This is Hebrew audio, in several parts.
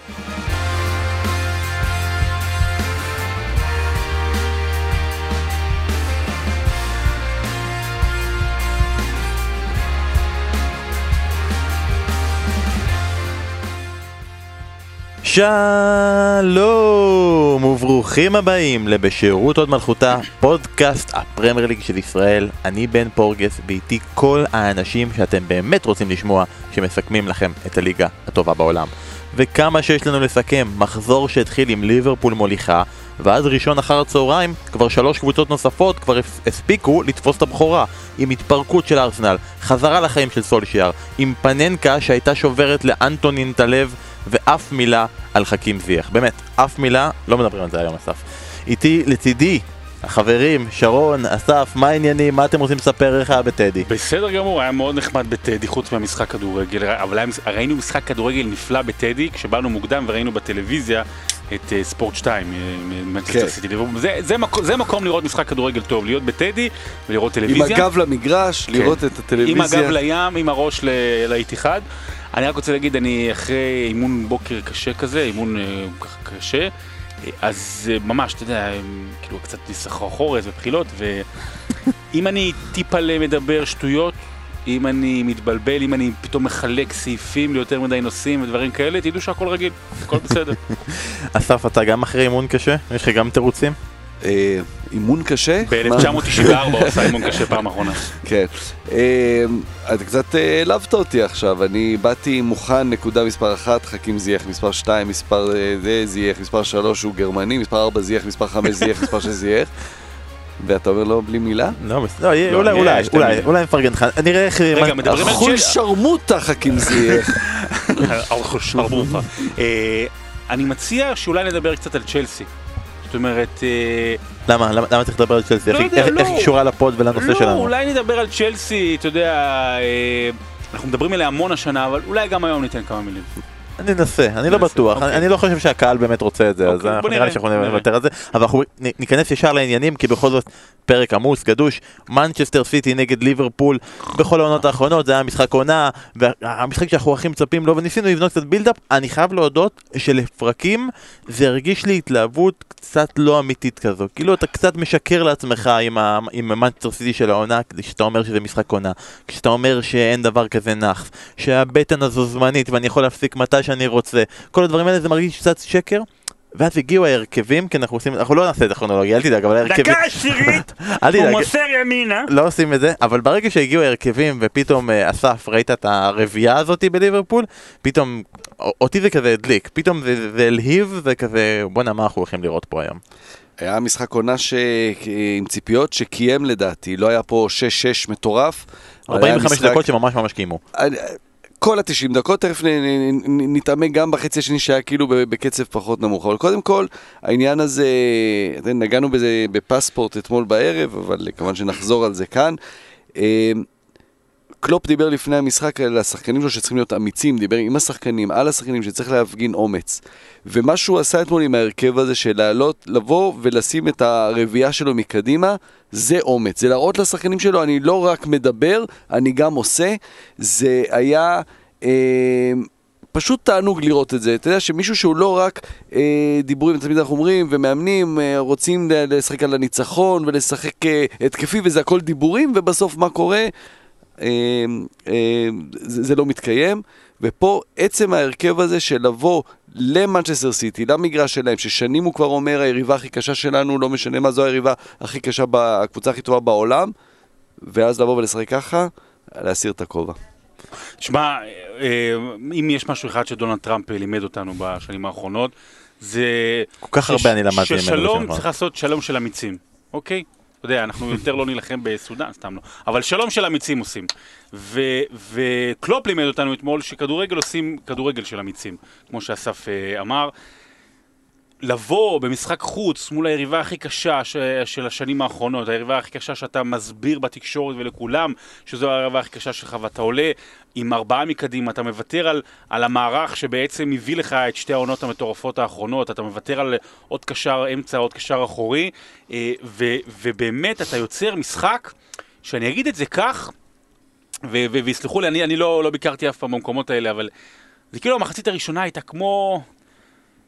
שלום וברוכים הבאים לבשירות עוד מלכותה, פודקאסט הפרמייר ליג של ישראל. אני בן פורגס ואיתי כל האנשים שאתם באמת רוצים לשמוע שמסכמים לכם את הליגה הטובה בעולם. וכמה שיש לנו לסכם, מחזור שהתחיל עם ליברפול מוליכה, ואז ראשון אחר הצהריים כבר 3 קבוצות נוספות כבר הספיקו לתפוס את הבכורה, עם התפרקות של ארסנל, חזרה לחיים של סולשייר, עם פננקה שהייתה שוברת לאנטונין את הלב, ואף מילה על חכים זייח. באמת, אף מילה, לא מדברים על זה היום אסף. איתי לצידי, החברים, שרון, אסף, מה העניינים? מה אתם רוצים לספר לך בטדי? בסדר גמור, היה מאוד נחמד בטדי, חוץ מהמשחק כדורגל, אבל ראינו משחק כדורגל נפלא בטדי, כשבאנו מוקדם וראינו בטלוויזיה את ספורט 2, מנצ'סטר סיטי. זה מקום לראות משחק כדורגל טוב, להיות בטדי ולראות טלוויזיה. עם הגב למגרש, לראות את הטלוויזיה. עם הגב לים, עם הראש לאיתיחד. אני רק רוצה להגיד, אני אחרי אימון בוקר קשה כזה, אימון ככה קשה, אז ממש, אתה יודע, כאילו קצת סחרחורת ובחילות, ואם אני טיפה מדבר שטויות, אם אני מתבלבל, אם אני פתאום מחלק סעיפים ליותר מדי נושאים ודברים כאלה, תדעו שהכל רגיל, הכל בסדר. אסף, אתה גם אחרי אימון קשה? יש לך גם תירוצים? אימון קשה? ב-1994 עושה אימון קשה פעם האחרונה. כן. אתה קצת העלבת אותי עכשיו, אני באתי מוכן, נקודה מספר 1, חכים זייח, מספר 2, מספר זייח, מספר 3 הוא גרמני, מספר 4 זייח, מספר 5 זייח, מספר 6 זייח. ואתה אומר לו בלי מילה? לא, אולי נפרגן לך, נראה איך... רגע, מדברים על אחול שרמוטה חכים זייח. אחול שרמוטה. אני מציע שאולי נדבר קצת על צ'לסי. זאת אומרת... למה צריך לדבר על צ'לסי? איך היא קשורה לפוד ולנושא שלנו? לא, אולי נדבר על צ'לסי, אתה יודע, אנחנו מדברים עליה המון השנה, אבל אולי גם היום ניתן כמה מילים. אני ננסה, אני לא בטוח, אני לא חושב שהקהל באמת רוצה את זה, אז נראה לי שאנחנו נוותר על זה, אבל אנחנו ניכנס ישר לעניינים, כי בכל זאת פרק עמוס, גדוש, מנצ'סטר סיטי נגד ליברפול, בכל העונות האחרונות, זה היה משחק עונה, והמשחק שאנחנו הכי מצפים לו, וניסינו לבנות קצת בילדאפ. אני חייב להודות שלפרקים זה הרגיש לי התלהבות קצת לא אמיתית כזו, כאילו אתה קצת משקר לעצמך עם מנצ'סטר סיטי של העונה, כשאתה אומר שזה משחק עונה, כשאתה אומר שאין דבר כזה נח, שהבטן הזו זמנית ואני יכול להפסיק מתי שאני רוצה, כל הדברים האלה זה מרגיש קצת שקר. ואז הגיעו ההרכבים, כי אנחנו לא נעשה את הכרונולוגיה, אל תדאג, אבל ההרכבים... דקה עשירית, הוא מוסר ימינה. לא עושים את זה, אבל ברגע שהגיעו ההרכבים, ופתאום אסף, ראית את הרביעה הזאת בליברפול, פתאום, אותי זה כזה הדליק, פתאום זה אלהיב, זה כזה, בוא נאמר, אנחנו הולכים לראות פה היום. היה משחק עונה עם ציפיות שקיים לדעתי, לא היה פה 6-6 מטורף. 45 דקות שממש ממש קיימו. כל ה-90 דקות, תכף נתעמק גם בחצי השני שהיה כאילו בקצב פחות נמוך. אבל קודם כל, העניין הזה, נגענו בזה בפספורט אתמול בערב, אבל כמובן שנחזור על זה כאן. קלופ דיבר לפני המשחק על השחקנים שלו שצריכים להיות אמיצים, דיבר עם השחקנים, על השחקנים שצריך להפגין אומץ. ומה שהוא עשה אתמול עם ההרכב הזה של לעלות, לבוא ולשים את הרביעה שלו מקדימה, זה אומץ. זה להראות לשחקנים שלו, אני לא רק מדבר, אני גם עושה. זה היה פשוט תענוג לראות את זה. אתה יודע שמישהו שהוא לא רק דיבורים, תמיד אנחנו אומרים, ומאמנים, רוצים לשחק על הניצחון ולשחק התקפי, וזה הכל דיבורים, ובסוף מה קורה? זה לא מתקיים. ופה עצם ההרכב הזה של לבוא למנצ'סטר סיטי, למגרש שלהם, ששנים הוא כבר אומר, היריבה הכי קשה שלנו, לא משנה מה זו היריבה הכי קשה, הקבוצה הכי טובה בעולם, ואז לבוא ולשחק ככה, להסיר את הכובע. תשמע, אם יש משהו אחד שדונלד טראמפ לימד אותנו בשנים האחרונות, זה... כל כך הרבה אני למדתי ממנו. ששלום צריך לעשות שלום של אמיצים, אוקיי? אתה יודע, אנחנו יותר לא נלחם בסודן, סתם לא. אבל שלום של אמיצים עושים. וקלופ לימד אותנו אתמול שכדורגל עושים כדורגל של אמיצים, כמו שאסף אמר. לבוא במשחק חוץ מול היריבה הכי קשה של השנים האחרונות, היריבה הכי קשה שאתה מסביר בתקשורת ולכולם שזו היריבה הכי קשה שלך, ואתה עולה עם 4 מקדימה, אתה מוותר על המערך שבעצם הביא לך את שתי העונות המטורפות האחרונות, אתה מוותר על עוד קשר אמצע, עוד קשר אחורי, ובאמת אתה יוצר משחק, שאני אגיד את זה כך, ויסלחו לי, אני לא ביקרתי אף פעם במקומות האלה, אבל זה כאילו המחצית הראשונה הייתה כמו...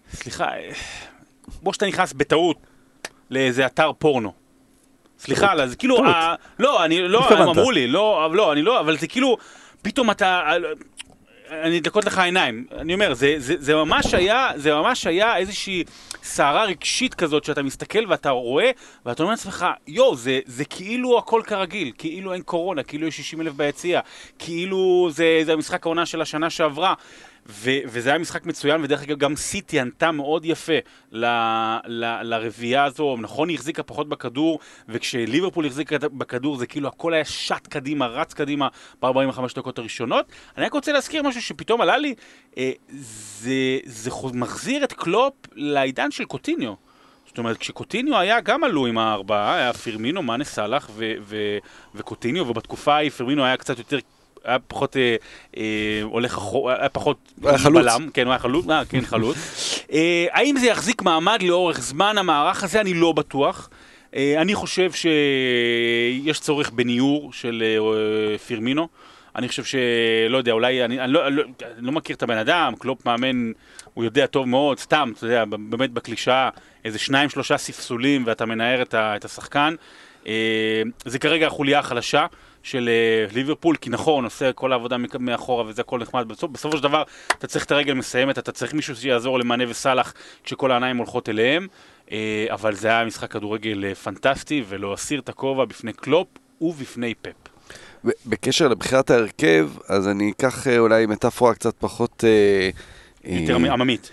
סליחה, בוא שאתה נכנס בטעות לאיזה אתר פורנו. סליחה, אז כאילו, לא, הם אמרו לי, לא, אני לא, אבל זה כאילו, פתאום אני אדלקות לך העיניים. אני אומר, זה ממש היה איזושהי סערה רגשית כזאת שאתה מסתכל ואתה רואה, ואתה אומר לעצמך, זה כאילו הכל כרגיל, כאילו אין קורונה, כאילו יש 60,000 ביציאה, כאילו זה המשחק העונה של השנה שעברה, וזה היה משחק מצוין, ודרך אגב גם סיטי ענתה מאוד יפה לרביעייה הזו. נכון, היא החזיקה פחות בכדור, וכשליברפול החזיקה בכדור זה כאילו הכל היה שט קדימה, רץ קדימה ב-45 דקות הראשונות. אני רק רוצה להזכיר משהו שפתאום עלה לי, זה מחזיר את קלופ לעידן של קוטיניו. זאת אומרת, כשקוטיניו היה גם עלו עם הארבעה, היה פירמינו, מאנה, סלאח וקוטיניו, ובתקופה ההיא פירמינו היה קצת יותר היה פחות הולך אחורה, היה פחות בלם, כן, הוא היה חלוץ, כן, חלוץ. האם זה יחזיק מעמד לאורך זמן המערך הזה? אני לא בטוח. אני חושב שיש צורך בניור של פירמינו. אני חושב שלא יודע, אולי, אני לא מכיר את הבן אדם, קלופ מאמן, הוא יודע טוב מאוד, סתם, אתה יודע, באמת בקלישה, איזה 2-3 ספסולים ואתה מנער את השחקן. זה כרגע החוליה החלשה של ליברפול, כי נכון, עושה כל העבודה מאחורה וזה הכל נחמד. בסופו של דבר, אתה צריך את הרגל מסיימת, אתה צריך מישהו שיעזור למאנה וסלאח כשכל העיניים הולכות אליהם, אבל זה היה משחק כדורגל פנטסטי, ולא הסיר את הכובע בפני קלופ ובפני פפ. בקשר לבחירת ההרכב, אז אני אקח אולי מטאפורה קצת פחות יותר עממית.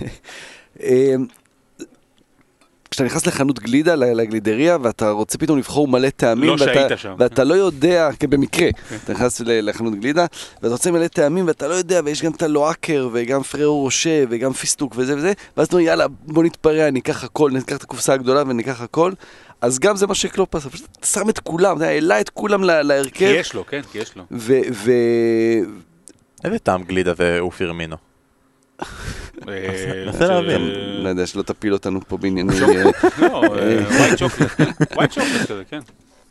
כשאתה נכנס לחנות גלידה, לגלידריה, ואתה רוצה פתאום לבחור מלא טעמים, לא שהיית שם. ואתה לא יודע, במקרה, אתה נכנס לחנות גלידה, ואתה רוצה מלא טעמים, ואתה לא יודע, ויש גם את הלואקר, וגם פררו רושה, וגם פיסטוק, וזה וזה, ואז אתה אומר, יאללה, בוא נתפרע, ניקח הכל, ניקח את הקופסה הגדולה, וניקח הכל. אז גם זה מה שקלופ עשה, פשוט אתה שם את כולם, אתה העלה את כולם להרכב. כי יש לו, כן, כי יש לו. איזה טעם גלידה זה פירמינו? נסה להבין. לא יודע, שלא תפיל אותנו פה בענייני... לא, ווייט שוקלט כזה, כן.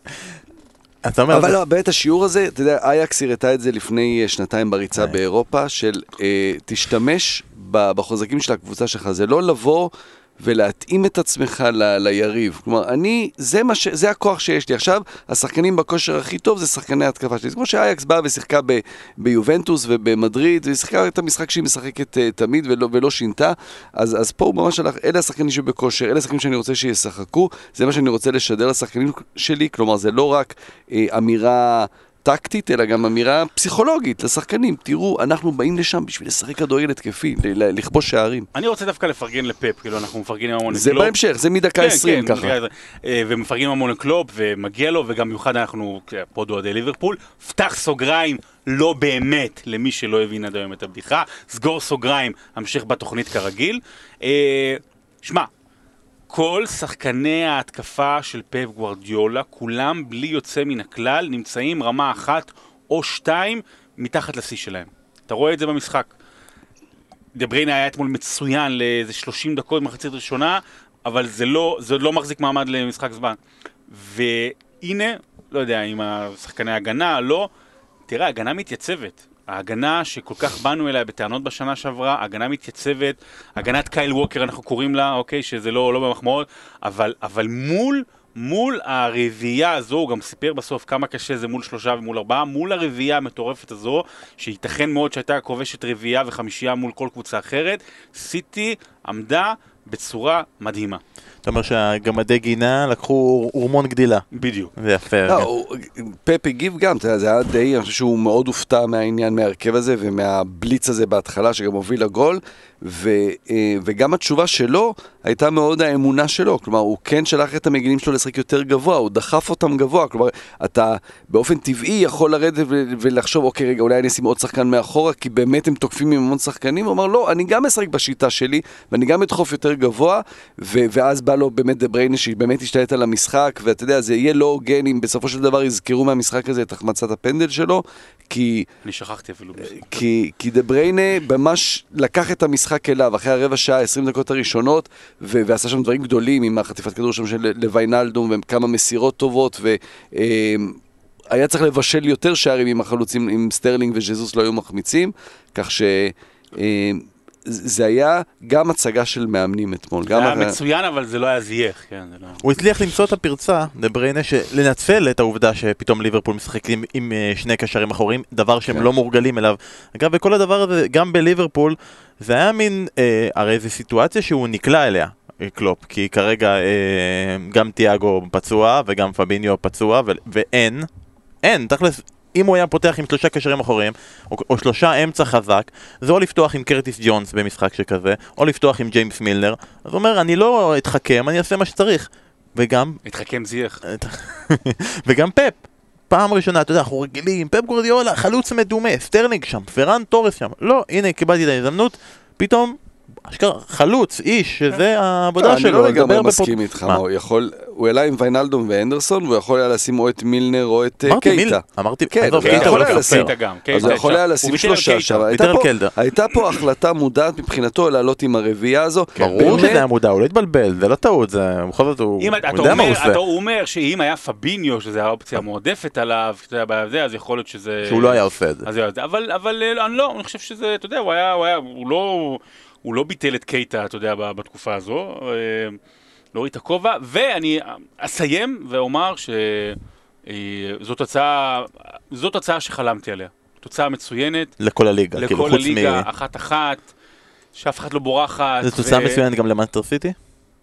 אבל לא, באמת השיעור הזה, אתה יודע, אייקס הראתה את זה לפני שנתיים בריצה באירופה, של תשתמש בחוזקים של הקבוצה שלך, זה לא לבוא ולהתאים את עצמך ליריב. כלומר, זה הכוח שיש לי. עכשיו, השחקנים בכושר הכי טוב זה שחקני ההתקפה שלי. זה כמו שאייקס באה ושיחקה ביובנטוס ובמדריד, והיא שיחקה את המשחק שהיא משחקת תמיד ולא שינתה. אז פה הוא ממש הלך, אלה השחקנים שבכושר, אלה השחקנים שאני רוצה שישחקו, זה מה שאני רוצה לשדר לשחקנים שלי. כלומר, זה לא רק אמירה טקטית, אלא גם אמירה פסיכולוגית לשחקנים. תראו, אנחנו באים לשם בשביל לשחק כדורגל התקפי, לכבוש שערים. אני רוצה דווקא לפרגן לפפ, כאילו אנחנו מפרגנים המון לקלופ. זה בהמשך, זה מדקה 20 ככה. ומפרגנים המון לקלופ, ומגיע לו, וגם במיוחד אנחנו, פה דואדי ליברפול, פתח סוגריים, לא באמת, למי שלא הבין עד היום את הבדיחה, סגור סוגריים, המשך בתוכנית כרגיל. שמע, כל שחקני ההתקפה של פפ גוארדיולה, כולם בלי יוצא מן הכלל, נמצאים רמה 1 או 2 מתחת לשיא שלהם. אתה רואה את זה במשחק. דה בריינה היה אתמול מצוין לאיזה 30 דקות מחצית ראשונה, אבל זה לא מחזיק מעמד למשחק זמן. והנה, לא יודע אם השחקני ההגנה, לא, תראה, ההגנה מתייצבת. ההגנה שכל כך באנו אליה בטענות בשנה שעברה, ההגנה מתייצבת, הגנת קייל ווקר אנחנו קוראים לה, אוקיי, שזה לא במחמאות, אבל מול הרביעייה הזו, הוא גם סיפר בסוף כמה קשה זה מול 3 ומול 4, מול הרביעייה המטורפת הזו, שייתכן מאוד שהייתה כובשת רביעייה ו5 מול כל קבוצה אחרת, סיטי עמדה בצורה מדהימה. זאת אומרת שהגמדי גינה לקחו הורמון גדילה. בדיוק. זה יפה. פפ הגיב גם, זה היה די, אני חושב שהוא מאוד הופתע מהעניין, מהרכב הזה ומהבליץ הזה בהתחלה שגם הוביל לגול, וגם התשובה שלו הייתה מאוד האמונה שלו, כלומר הוא כן שלח את המגינים שלו לשחק יותר גבוה, הוא דחף אותם גבוה, כלומר אתה באופן טבעי יכול לרדת ולחשוב אוקיי רגע אולי אני אשים עוד שחקן מאחורה כי באמת הם תוקפים עם המון שחקנים, הוא אמר לא, אני גם משחק בשיטה שלי ואני גם אדחוף יותר גבוה, ואז בא לו באמת דה בריינה שבאמת השתלט על המשחק, ואתה יודע זה יהיה לא הוגן אם בסופו של דבר יזכרו מהמשחק הזה את החמצת הפנדל שלו, כי אני שכחתי אפילו כי דה בריינה ממש לקח את המשחק אליו אחרי הרבע שעה, 20 דקות הראשונות, ועשה שם דברים גדולים עם החטיפת כדור שם של לויינלדום וכמה מסירות טובות, והיה צריך לבשל יותר שערים עם החלוצים, עם סטרלינג וז'זוס לא היו מחמיצים, כך ש זה היה גם הצגה של מאמנים אתמול. זה היה מצוין, אבל זה לא היה זייך. הוא הצליח למצוא את הפרצה, דבריינה, לנצל את העובדה שפתאום ליברפול משחקים עם שני קשרים אחוריים, דבר שהם לא מורגלים אליו. אגב, וכל הדבר הזה, גם בליברפול, זה היה מין, הרי זו סיטואציה שהוא נקלע אליה, קלופ, כי כרגע גם תיאגו פצוע וגם פביניו פצוע, אין, תכלס, אם הוא היה פותח עם 3 קשרים אחוריים, או 3 אמצע חזק, זה או לפתוח עם קרטיס ג'ונס במשחק שכזה, או לפתוח עם ג'יימס מילנר. אז הוא אומר, אני לא אתחכם, אני אעשה מה שצריך. וגם... התחכם זייך. וגם פפ. פעם ראשונה, אתה יודע, אנחנו רגילים, פפ גורדיולה, חלוץ מדומה, סטרלינג שם, פרן טורס שם. לא, הנה, קיבלתי את ההזדמנות, פתאום... אשכרה חלוץ, איש, שזה העבודה שלו. אני לא לגמרי מסכים איתך, הוא העלה עם ויינלדום ואנדרסון, והוא יכול היה לשים או את מילנר או את קייטה. אמרתי, קייטה הוא יכול לשים. אז הוא יכול היה הוא לשים ויתר 3 על שם. הייתה פה החלטה מודעת מבחינתו לעלות עם הרביעייה הזו. ברור שזה היה מודע, הוא לא התבלבל, זה לא טעות, זה בכל זאת, הוא יודע מה הוא עושה. הוא אומר שאם היה פביניו, שזה האופציה המועדפת עליו, אז יכול להיות שזה... שהוא לא היה עושה את זה. אבל אני חושב שזה, אתה יודע, הוא לא ביטל את קייטה, אתה יודע, בתקופה הזו, לא ראית הכובע, ואני אסיים ואומר שזאת הצעה שחלמתי עליה. תוצאה מצוינת. לכל הליגה. לכל הליגה, 1-1, שאף אחד לא בורחת. זו תוצאה מצוינת גם למנצ'סטר סיטי?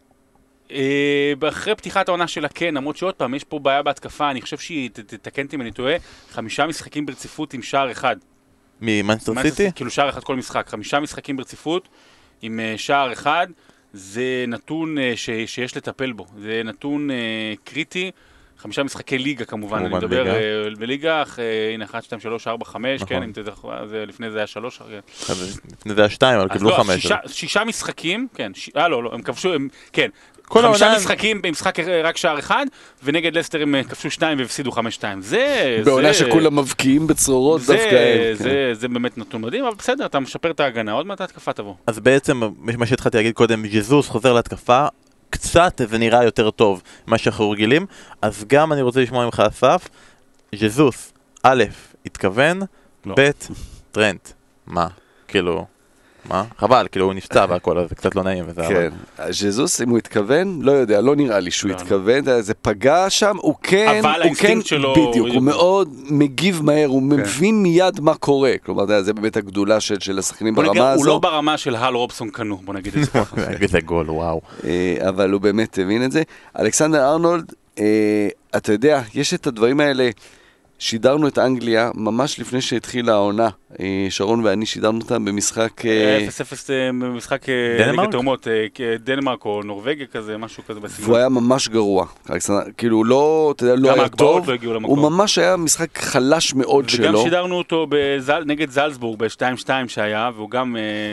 אחרי פתיחת העונה שלה כן, למרות שעוד פעם, יש פה בעיה בהתקפה, אני חושב שהיא, תתקנתי אם אני טועה, 5 משחקים ברציפות עם שער אחד. ממנצ'סטר סיטי? כאילו שער אחד כל משחק, 5 משחקים ברציפות עם שער אחד, זה נתון שיש לטפל בו, זה נתון קריטי, 5 משחקי ליגה כמובן, אני מדבר בליגה, הנה 1, 2, 3, 4, 5, כן, לפני זה היה 3, לפני זה היה 2, אבל קיבלו 5. 6 משחקים, כן, לא, הם כבשו, כן, 5 משחקים במשחק רק שער אחד, ונגד לסטר הם כבשו 2 והפסידו 5-2. בעונה שכולם מבקיעים בצרורות דווקא. זה באמת נתון מדהים, אבל בסדר, אתה משפר את ההגנה, עוד מעט ההתקפה תבוא. אז בעצם, מה שהתחלתי להגיד קודם, ג'זוס חוזר להתקפה, קצת זה נראה יותר טוב מה שאנחנו רגילים, אז גם אני רוצה לשמוע ממך אסף, ג'זוס, א', התכוון, ב', טרנט. מה? כאילו... מה? חבל, כאילו הוא נפצע והכל, אז זה קצת לא נעים וזה כן, ז'זוס, אם הוא התכוון, לא יודע, לא נראה לי שהוא התכוון, זה פגע שם, הוא כן, אבל האינסטינקט שלו... בדיוק, הוא מאוד מגיב מהר, הוא מבין מיד מה קורה, כלומר, זה באמת הגדולה של השחקנים ברמה הזו. הוא לא ברמה של הל רובסון קנו, בוא נגיד את זה ככה. זה גול, וואו. אבל הוא באמת הבין את זה. אלכסנדר ארנולד, אתה יודע, יש את הדברים האלה, שידרנו את אנגליה ממש לפני שהתחילה העונה, שרון ואני שידרנו אותם במשחק 0-0 במשחק ליגת האומות, דנמרק או נורווגיה כזה, משהו כזה בסגנון. והוא היה ממש גרוע, כאילו לא, אתה יודע, לא היה טוב, הוא ממש היה משחק חלש מאוד שלו. וגם שידרנו אותו נגד זלצבורג ב-2-2 שהיה, והוא גם,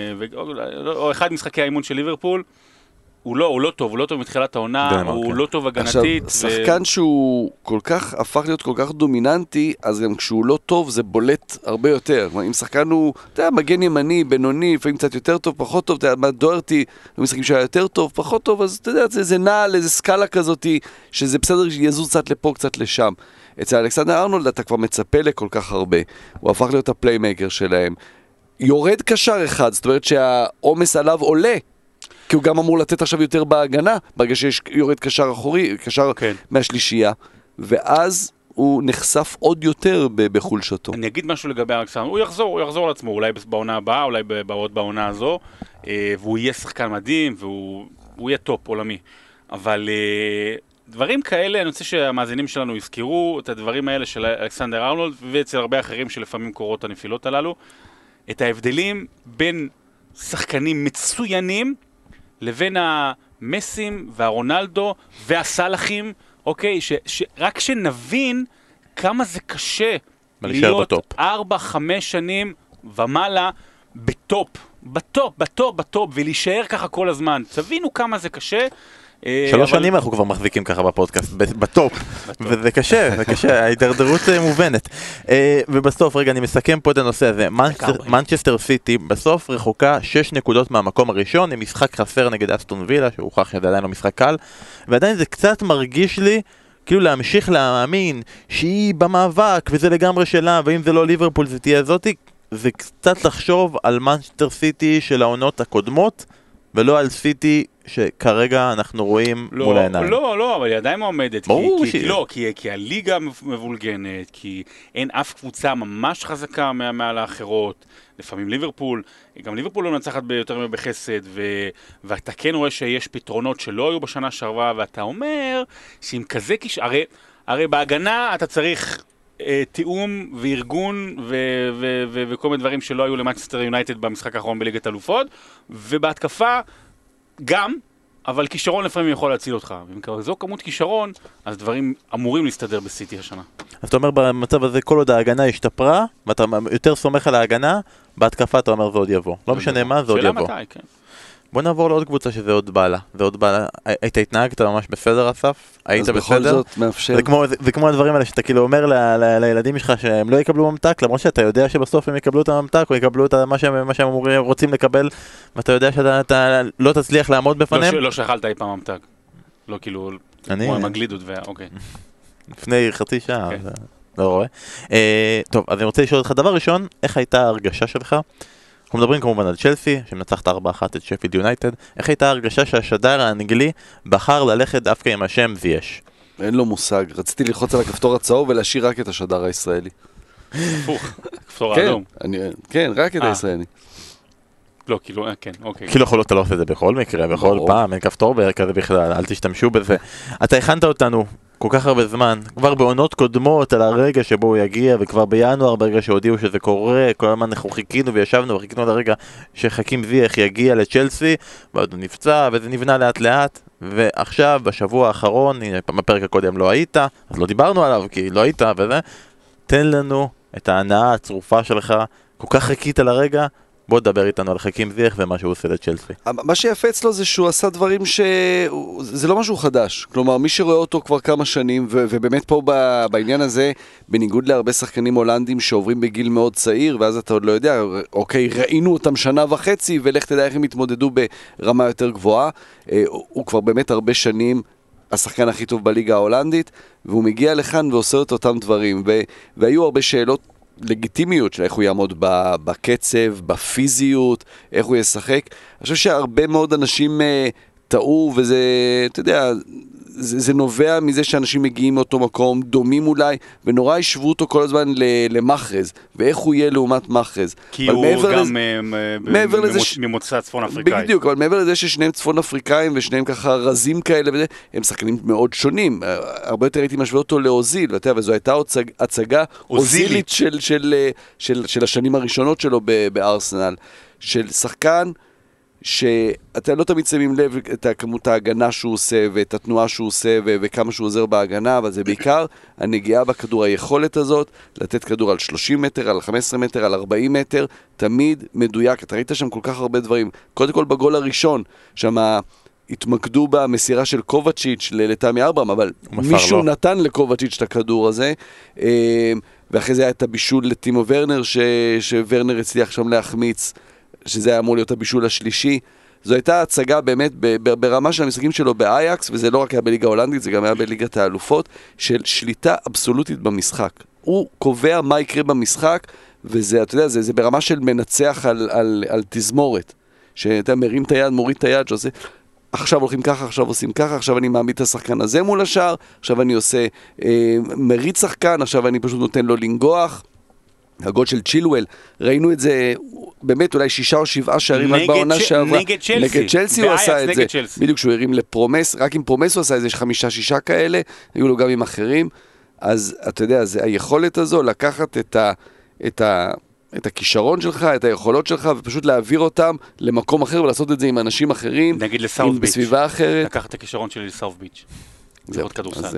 או אחד משחקי האימון של ליברפול, הוא לא טוב מתחילת העונה, הוא לא טוב הגנתית. עכשיו, שחקן שהוא כל כך, הפך להיות כל כך דומיננטי, אז גם כשהוא לא טוב זה בולט הרבה יותר. אם שחקן הוא, אתה יודע, מגן ימני, בינוני, לפעמים קצת יותר טוב, פחות טוב, אתה יודע, דוארטי, משחקים שהיה יותר טוב, פחות טוב, אז אתה יודע, זה נעל, איזה סקאלה כזאת, שזה בסדר שיזוז קצת לפה, קצת לשם. אצל אלכסנדר ארנולד אתה כבר מצפה לכל כך הרבה. הוא הפך להיות הפליימייקר שלהם. יורד קשר אחד, זאת אומרת שהעומס עליו עולה. כי הוא גם אמור לתת עכשיו יותר בהגנה, ברגע שיש יורד קשר אחורי, קשר מהשלישייה, ואז הוא נחשף עוד יותר בחולשתו. אני אגיד משהו לגבי אלכסנדר, הוא יחזור לעצמו, אולי בעונה הבאה, אולי בעונה הזו, והוא יהיה שחקן מדהים, והוא יהיה טופ עולמי. אבל דברים כאלה, אני רוצה שהמאזינים שלנו יזכרו את הדברים האלה של אלכסנדר ארנולד, ואצל הרבה אחרים שלפעמים קורות הנפילות הללו, את ההבדלים בין שחקנים מצוינים, לבין המסים והרונלדו והסלחים, אוקיי, רק שנבין כמה זה קשה להיות 4-5 שנים ומעלה בטופ, ולהישאר ככה כל הזמן. תבינו כמה זה קשה. 3 שנים אנחנו כבר מחזיקים ככה בפודקאסט, בטופ, וזה קשה, ההידרדרות מובנת. ובסוף, רגע, אני מסכם פה את הנושא הזה. מנצ'סטר סיטי בסוף רחוקה 6 נקודות מהמקום הראשון, עם משחק חסר נגד אסטון וילה, שהוכח שזה עדיין לא משחק קל, ועדיין זה קצת מרגיש לי כאילו להמשיך להאמין שהיא במאבק, וזה לגמרי שלה, ואם זה לא ליברפול זה תהיה זאתי, זה קצת לחשוב על מנצ'סטר סיטי של העונות הקודמות, ולא על סיטי שכרגע אנחנו רואים מול העיניים. לא, אבל היא עדיין מועמדת. ברור כי הליגה מבולגנת, כי אין אף קבוצה ממש חזקה מעל האחרות. לפעמים ליברפול, גם ליברפול לא מנצחת ביותר בחסד, ואתה כן רואה שיש פתרונות שלא היו בשנה שעברה, ואתה אומר שעם כזה הרי בהגנה אתה צריך תיאום וארגון וכל מיני דברים שלא היו למנצ'סטר יונייטד במשחק האחרון בליגת אלופות, ובהתקפה גם, אבל כישרון לפעמים יכול להציל אותך. זו כמות כישרון, אז דברים אמורים להסתדר בסיטי השנה. אז אתה אומר במצב הזה, כל עוד ההגנה השתפרה, ואתה יותר סומך על ההגנה, בהתקפה אתה אומר זה עוד יבוא. לא משנה מה, זה עוד יבוא. שאלה מתי, כן. בוא נעבור לעוד קבוצה שזה עוד בא לה. זה עוד בא לה. היית התנהגת ממש בסדר, אסף? היית בסדר? אז בכל זאת מאפשר. זה כמו הדברים האלה שאתה כאילו אומר לילדים שלך שהם לא יקבלו ממתק, למרות שאתה יודע שבסוף הם יקבלו את הממתק, או יקבלו את מה שהם רוצים לקבל, ואתה יודע שאתה לא תצליח לעמוד בפניהם. לא שאכלת אי פעם ממתק. לא כאילו, כמו עם הגלידות, אוקיי. לפני חצי שעה, לא רואה. טוב, אז אני רוצה לשאול אותך, דבר ראשון, איך הייתה ההרגשה שלך? אנחנו מדברים כמובן על צ'לסי, שמנצחת 4-1 את שפילד יונייטד. איך הייתה ההרגשה שהשדר האנגלי בחר ללכת דווקא עם השם זייש? אין לו מושג. רציתי ללחוץ על הכפתור הצהוב ולהשאיר רק את השדר הישראלי. הפוך, כפתור האדום. כן, רק את הישראלי. לא, כאילו, כן, אוקיי. כאילו יכולות אתה לא עושה את זה בכל מקרה, בכל פעם, אין כפתור כזה בכלל, אל תשתמשו בזה. אתה הכנת אותנו כל כך הרבה זמן, כבר בעונות קודמות על הרגע שבו הוא יגיע, וכבר בינואר ברגע שהודיעו שזה קורה, כל הזמן אנחנו חיכינו וישבנו וחיכינו על הרגע שחכים זייח יגיע לצ'לסי, ועוד הוא נפצע וזה נבנה לאט לאט, ועכשיו בשבוע האחרון, הנה בפרק הקודם לא היית, אז לא דיברנו עליו כי לא היית וזה, תן לנו את ההנאה הצרופה שלך, כל כך חיכית לרגע, בוא תדבר איתנו על חכים זייח ומה שהוא עושה לצ'לסי. מה שיפה אצלו זה שהוא עשה דברים זה לא משהו חדש. כלומר, מי שרואה אותו כבר כמה שנים, ובאמת פה בעניין הזה, בניגוד להרבה שחקנים הולנדים שעוברים בגיל מאוד צעיר, ואז אתה עוד לא יודע, אוקיי, ראינו אותם שנה וחצי, ולך תדע איך הם התמודדו ברמה יותר גבוהה. הוא כבר באמת הרבה שנים השחקן הכי טוב בליגה ההולנדית, והוא מגיע לכאן ועושה את אותם דברים. והיו הרבה שאלות לגיטימיות של איך הוא יעמוד בקצב, בפיזיות, איך הוא ישחק. אני חושב שהרבה מאוד אנשים טעו, וזה, אתה יודע, זה נובע מזה שאנשים מגיעים מאותו מקום, דומים אולי, ונורא ישבו אותו כל הזמן למחרז, ואיך הוא יהיה לעומת מחרז. כי הוא גם ממוצא צפון אפריקאי. בדיוק, אבל מעבר לזה ששניהם צפון אפריקאים, ושניהם ככה רזים כאלה, וזה, הם שחקנים מאוד שונים. הרבה יותר הייתי משווה אותו לאוזיל, ואתה יודע, וזו הייתה הצגה אוזילית של השנים הראשונות שלו בארסנל, של שחקן, שאתה לא תמיד שמים לב את כמות ההגנה שהוא עושה ואת התנועה שהוא עושה וכמה שהוא עוזר בהגנה, אבל זה בעיקר הנגיעה בכדור, היכולת הזאת לתת כדור על 30 מטר, על 15 מטר, על 40 מטר, תמיד מדויק. אתה ראית שם כל כך הרבה דברים. קודם כל בגול הראשון, שם התמקדו במסירה של קובצ'יץ' לטמי אברהם, אבל מישהו נתן לקובצ'יץ' את הכדור הזה, ואחרי זה היה את הבישול לטימו ורנר, שוורנר הצליח שם להחמיץ, שזה היה אמור להיות הבישול השלישי. זו הייתה הצגה באמת ברמה של המשחקים שלו באייקס, וזה לא רק היה בליגה ההולנדית, זה גם היה בליגת האלופות, של שליטה אבסולוטית במשחק. הוא קובע מה יקרה במשחק, וזה, אתה יודע, זה ברמה של מנצח על תזמורת, שאתה מרים את היד, מוריד את היד, שעושה, עכשיו הולכים ככה, עכשיו עושים ככה, עכשיו אני מעמיד את השחקן הזה מול השאר, עכשיו אני עושה מריץ שחקן, עכשיו אני פשוט נותן לו לנגוח. הגול של צ'ילואל, ראינו את זה באמת אולי 6 או 7 שערים רק בעונה שעברה. נגד צ'לסי. נגד צ'לסי הוא עשה את זה. בדיוק שהוא הרים לפרומס, רק עם פרומס הוא עשה את זה, יש 5-6 כאלה, היו לו גם עם אחרים. אז אתה יודע, זה היכולת הזו לקחת את הכישרון שלך, את היכולות שלך, ופשוט להעביר אותם למקום אחר ולעשות את זה עם אנשים אחרים. נגיד לסאוף ביץ'. בסביבה אחרת. לקחת את הכישרון שלי לסאוף ביץ'. זה עוד כדורסל.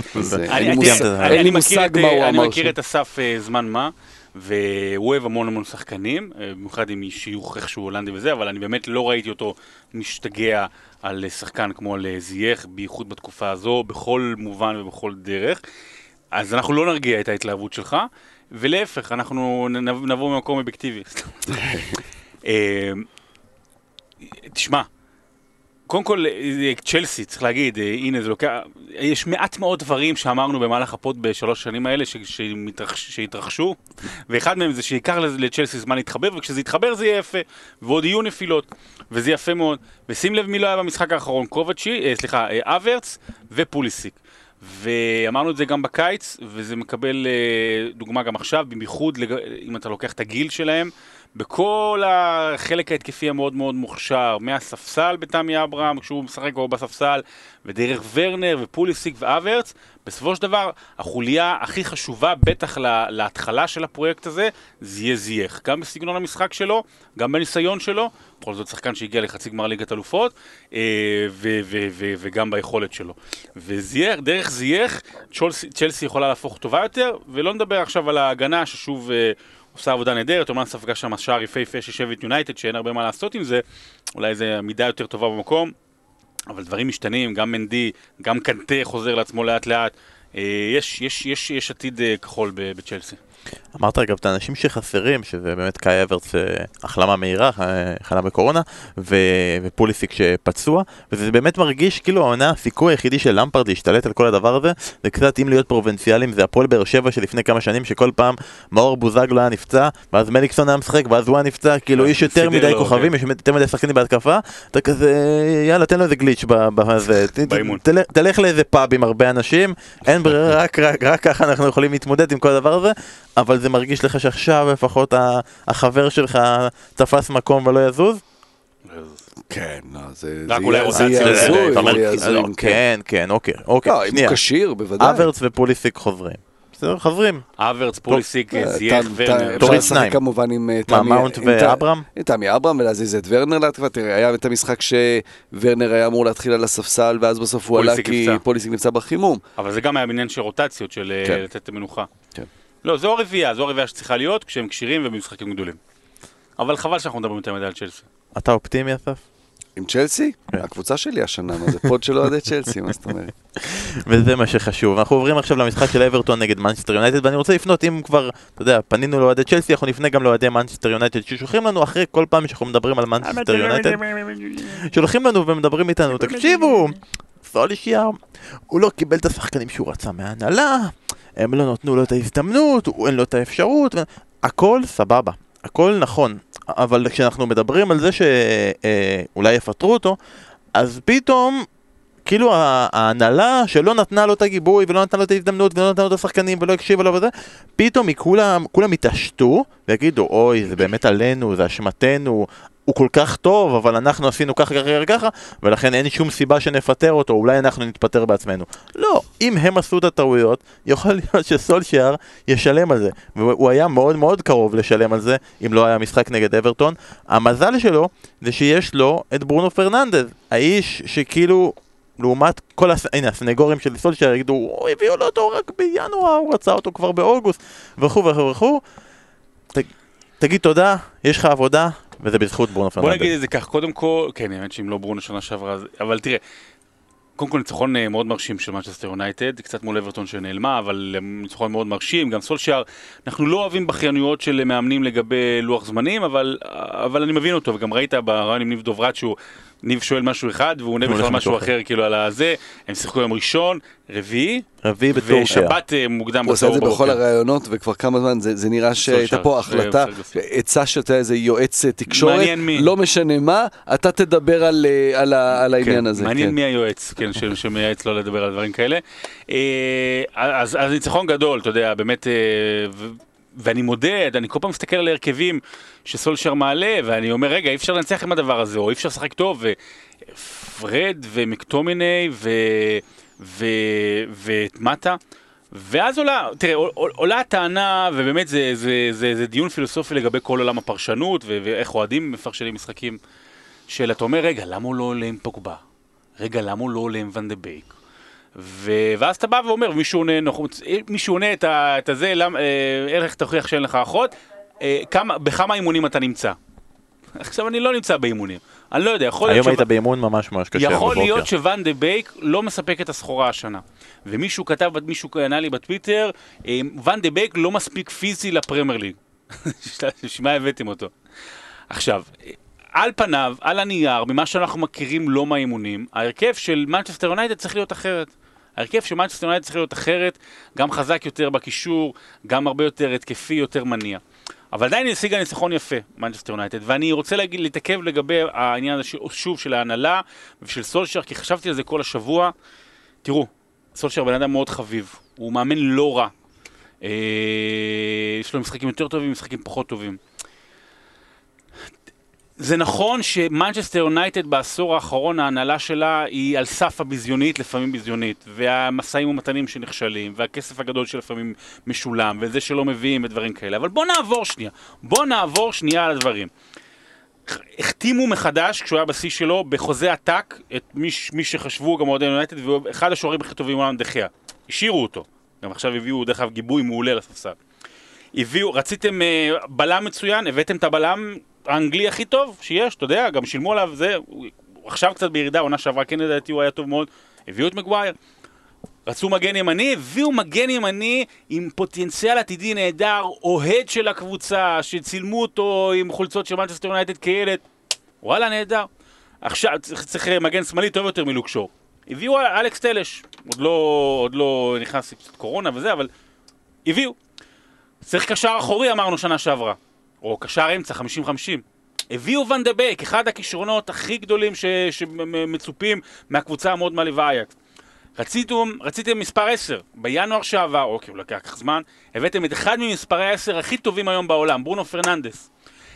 אין לי מושג מה הוא אמר. אני מכיר את אסף זמן מה, והוא אוהב המון שחקנים, במיוחד עם שיוך איכשהו הולנדי וזה, אבל אני באמת לא ראיתי אותו משתגע על שחקן כמו על זייח, בייחוד בתקופה הזו, בכל מובן ובכל דרך. אז אנחנו לא נרגיע את ההתלהבות שלך, ולהפך, אנחנו נבוא ממקום אובייקטיבי. תשמע, קודם כל, צ'לסי, צריך להגיד, הנה זה לוקח, יש מעט מאוד דברים שאמרנו במהלך הפוד בשלוש שנים האלה שהתרחשו, ואחד מהם זה שיקח לצ'לסי זמן להתחבר, וכשזה יתחבר זה יהיה יפה, ועוד יהיו נפילות, וזה יפה מאוד. ושים לב מי לא היה במשחק האחרון, אברץ ופוליסיק. ואמרנו את זה גם בקיץ, וזה מקבל דוגמה גם עכשיו, במיוחד אם אתה לוקח את הגיל שלהם, בכל החלק ההתקפי המאוד מאוד מוכשר, מהספסל בתמי אברהם, כשהוא משחק או בספסל, ודרך ורנר ופוליסיק ואברץ, בסופו של דבר, החוליה הכי חשובה, בטח להתחלה של הפרויקט הזה, זה יהיה זייח. גם בסגנון המשחק שלו, גם בניסיון שלו, בכל זאת שחקן שהגיע לחצי גמר ליגת אלופות, וגם ביכולת שלו. וזייח, דרך זייח, צ'לסי יכולה להפוך טובה יותר, ולא נדבר עכשיו על ההגנה ששוב עושה עבודה נהדרת, אומנם ספגה שם השער יפהפה ששבט יונייטד, שאין הרבה מה לעשות עם זה, אולי זה מידה יותר טובה במקום, אבל דברים משתנים, גם מנדי, גם קנטה חוזר לעצמו לאט לאט, יש עתיד כחול בצ'לסי. אמרת אגב את האנשים שחסרים, שזה באמת קאי אברץ החלמה מהירה, חלה בקורונה, ופוליסיק שפצוע, וזה באמת מרגיש כאילו העונה, הסיכוי היחידי של למפרד להשתלט על כל הדבר הזה, זה קצת אם להיות פרובינציאליים, זה הפועל באר שבע שלפני כמה שנים, שכל פעם מאור בוזגלו היה נפצע, ואז מליקסון היה משחק, ואז הוא היה נפצע, כאילו יש יותר מדי כוכבים, יש יותר מדי שחקנים בהתקפה, אתה כזה, יאללה, תן לו איזה גליץ' בזה, תלך לאיזה פאב עם הרבה אנשים, אין ברירה, רק ככה אנחנו יכולים להתמודד עם כל הדבר הזה, אבל זה מרגיש לך שעכשיו לפחות החבר שלך תפס מקום ולא יזוז? כן, זה יעזור. כן, אוקיי. אם הוא קשיר, בוודאי. אברץ ופוליסיק חוזרים. בסדר, חוזרים. אברץ, פוליסיק, זייח, ורנר. תוריד שניים. כמובן עם מאונט ואברהם? תמי אברהם, ולהזיז את ורנר להתקפה. תראה, היה את המשחק שוורנר היה אמור להתחיל על הספסל, ואז בסוף הוא עלה כי פוליסיק נפצע בחימום. אבל זה גם היה בעניין של רוטציות, של לתת מנוחה. לא, זו הרביעה שצריכה להיות כשהם קשירים ובמשחקים גדולים. אבל חבל שאנחנו מדברים יותר מדי על צ'לסי. אתה אופטימי, אסף? עם צ'לסי? הקבוצה שלי השנה, מה זה פוד שלא עדי צ'לסי, מה זאת אומרת? וזה מה שחשוב. אנחנו עוברים עכשיו למשחק של אברטון נגד מנצ'סטר יונייטד, ואני רוצה לפנות, אם כבר, אתה יודע, פנינו לאוהדי צ'לסי, אנחנו נפנה גם לאוהדי מנצ'סטר יונייטד, ששולחים לנו אחרי כל פעם שאנחנו מדברים על מנצ'סטר יונייטד, שולחים לנו ומדברים איתנו, תקשיבו, סולישייר, הוא לא קיבל את השחקנים שהוא רצה מההנהלה, הם לא נתנו לו את ההזדמנות, אין לו את האפשרות, הכל סבבה, הכל נכון, אבל כשאנחנו מדברים על זה שאולי יפטרו אותו, אז פתאום, כאילו ההנהלה שלא נתנה לו את הגיבוי, ולא נתנה לו את ההזדמנות, ולא נתנה לו את השחקנים, ולא הקשיבה לו וזה, פתאום כולם יתעשתו, ויגידו, אוי, זה באמת עלינו, זה אשמתנו, הוא כל כך טוב, אבל אנחנו עשינו ככה, ולכן אין שום סיבה שנפטר אותו, אולי אנחנו נתפטר בעצמנו. לא, אם הם עשו את הטעויות, יכול להיות שסולשייר ישלם על זה, והוא היה מאוד מאוד קרוב לשלם על זה, אם לא היה משחק נגד אברטון. המזל שלו, זה שיש לו את ברונו פרננדז, האיש שכאילו, לעומת כל הסנגורים של סולשייר, יגידו, הוא הביאו לו אותו רק בינואר, הוא רצה אותו כבר באוגוסט, וכו'. תגיד תודה, יש לך עבודה, וזה בזכות ברונו פרננדז. בוא נגיד את זה כך, קודם כל, כן, האמת שאם לא ברונו שנה שעברה, אבל תראה, קודם כל ניצחון מאוד מרשים של מנצ'סטר יונייטד, קצת מול אברטון שנעלמה, אבל ניצחון מאוד מרשים, גם סולשייר, אנחנו לא אוהבים בכיינויות של מאמנים לגבי לוח זמנים, אבל אני מבין אותו, וגם ראית ברעיון עם ניב דוברת שהוא ניב שואל משהו אחד, והוא עונה בכלל משהו אחר, כאילו על הזה, הם שיחקו יום ראשון, רביעי ושבת מוקדם. הוא עושה את זה בכל הרעיונות, וכבר כמה זמן, זה נראה שהייתה פה החלטה, עצה שאתה איזה יועץ תקשורת, לא משנה מה, אתה תדבר על העניין הזה. מעניין מי היועץ, שמייעץ לא לדבר על דברים כאלה. אז ניצחון גדול, אתה יודע, באמת, ואני מודד, אני כל פעם מסתכל על ההרכבים שסולשייר מעלה, ואני אומר, רגע, אי אפשר לנצח עם הדבר הזה, או אי אפשר לשחק טוב, ופרד ומקטומיני ומטה, ואז עולה הטענה, ובאמת זה דיון פילוסופי לגבי כל עולם הפרשנות, ואיך אוהדים מפרשנים משחקים, של אתה אומר, רגע, למה הוא לא עולה עם פוגבה? רגע, למה הוא לא עולה עם ון דה בייק? ואז אתה בא ואומר, מישהו עונה את הזה, איך תוכיח שאין לך אחות, בכמה אימונים אתה נמצא? עכשיו אני לא נמצא באימונים, אני לא יודע, היום היית באימון ממש קשה. יכול להיות שוון דה בייק לא מספק את הסחורה השנה, ומישהו כתב, מישהו ענה לי בטוויטר, ון דה בייק לא מספיק פיזי לפרמייר ליג, שמה הבאתם אותו. עכשיו, על פניו, על הנייר, ממה שאנחנו מכירים לא מהאימונים, ההרכב של מנצ'סטר יונייטד צריך להיות אחרת. ההרכב של מנצ'סטר יונייטד צריך להיות אחרת, גם חזק יותר בקישור, גם הרבה יותר התקפי, יותר מניע. אבל עדיין השיגה ניצחון יפה, מנצ'סטר יונייטד, ואני רוצה להתעכב לגבי העניין הזה שוב של ההנהלה ושל סולשר, כי חשבתי על זה כל השבוע. תראו, סולשר בן אדם מאוד חביב, הוא מאמן לא רע. יש לו משחקים יותר טובים, משחקים פחות טובים. זה נכון שמנצ'סטר יונייטד בעשור האחרון ההנהלה שלה היא על סף הביזיונית, לפעמים ביזיונית, והמסעים ומתנים שנכשלים, והכסף הגדול שלפעמים משולם, וזה שלא מביאים ודברים כאלה. אבל בוא נעבור שנייה על הדברים. החתימו מחדש, כשהוא היה בשיא שלו, בחוזה עתק, את מי שחשבו גם אוהדי יונייטד, ואחד השוערים הכי טובים הוא דחיה. השאירו אותו. גם עכשיו הביאו דרך אגב גיבוי מעולה לספסל. רציתם בלם מצוין, הבאתם את הבלם האנגלי הכי טוב שיש, אתה יודע, גם שילמו עליו, הוא עכשיו קצת בירידה, עונה שעברה, כן לדעתי הוא היה טוב מאוד, הביאו את מגווייר, רצו מגן ימני, הביאו מגן ימני עם פוטנציאל עתידי נהדר, אוהד של הקבוצה, שצילמו אותו עם חולצות של מנצ'סטר יונייטד כילד, וואלה נהדר. עכשיו צריך מגן שמאלי טוב יותר מלוקשור. הביאו אלכס טלש, עוד לא נכנס קצת קורונה וזה, אבל הביאו. צריך קשר אחורי, אמרנו שנה שעברה. או קשר אמצע, 50-50. הביאו ון דה בייק, אחד הכישרונות הכי גדולים שמצופים מהקבוצה המאוד מעליבה אייקס. רציתם מספר 10, בינואר שעבר, אוקיי, הוא לקח זמן, הבאתם את אחד ממספרי 10 הכי טובים היום בעולם, ברונו פרננדס.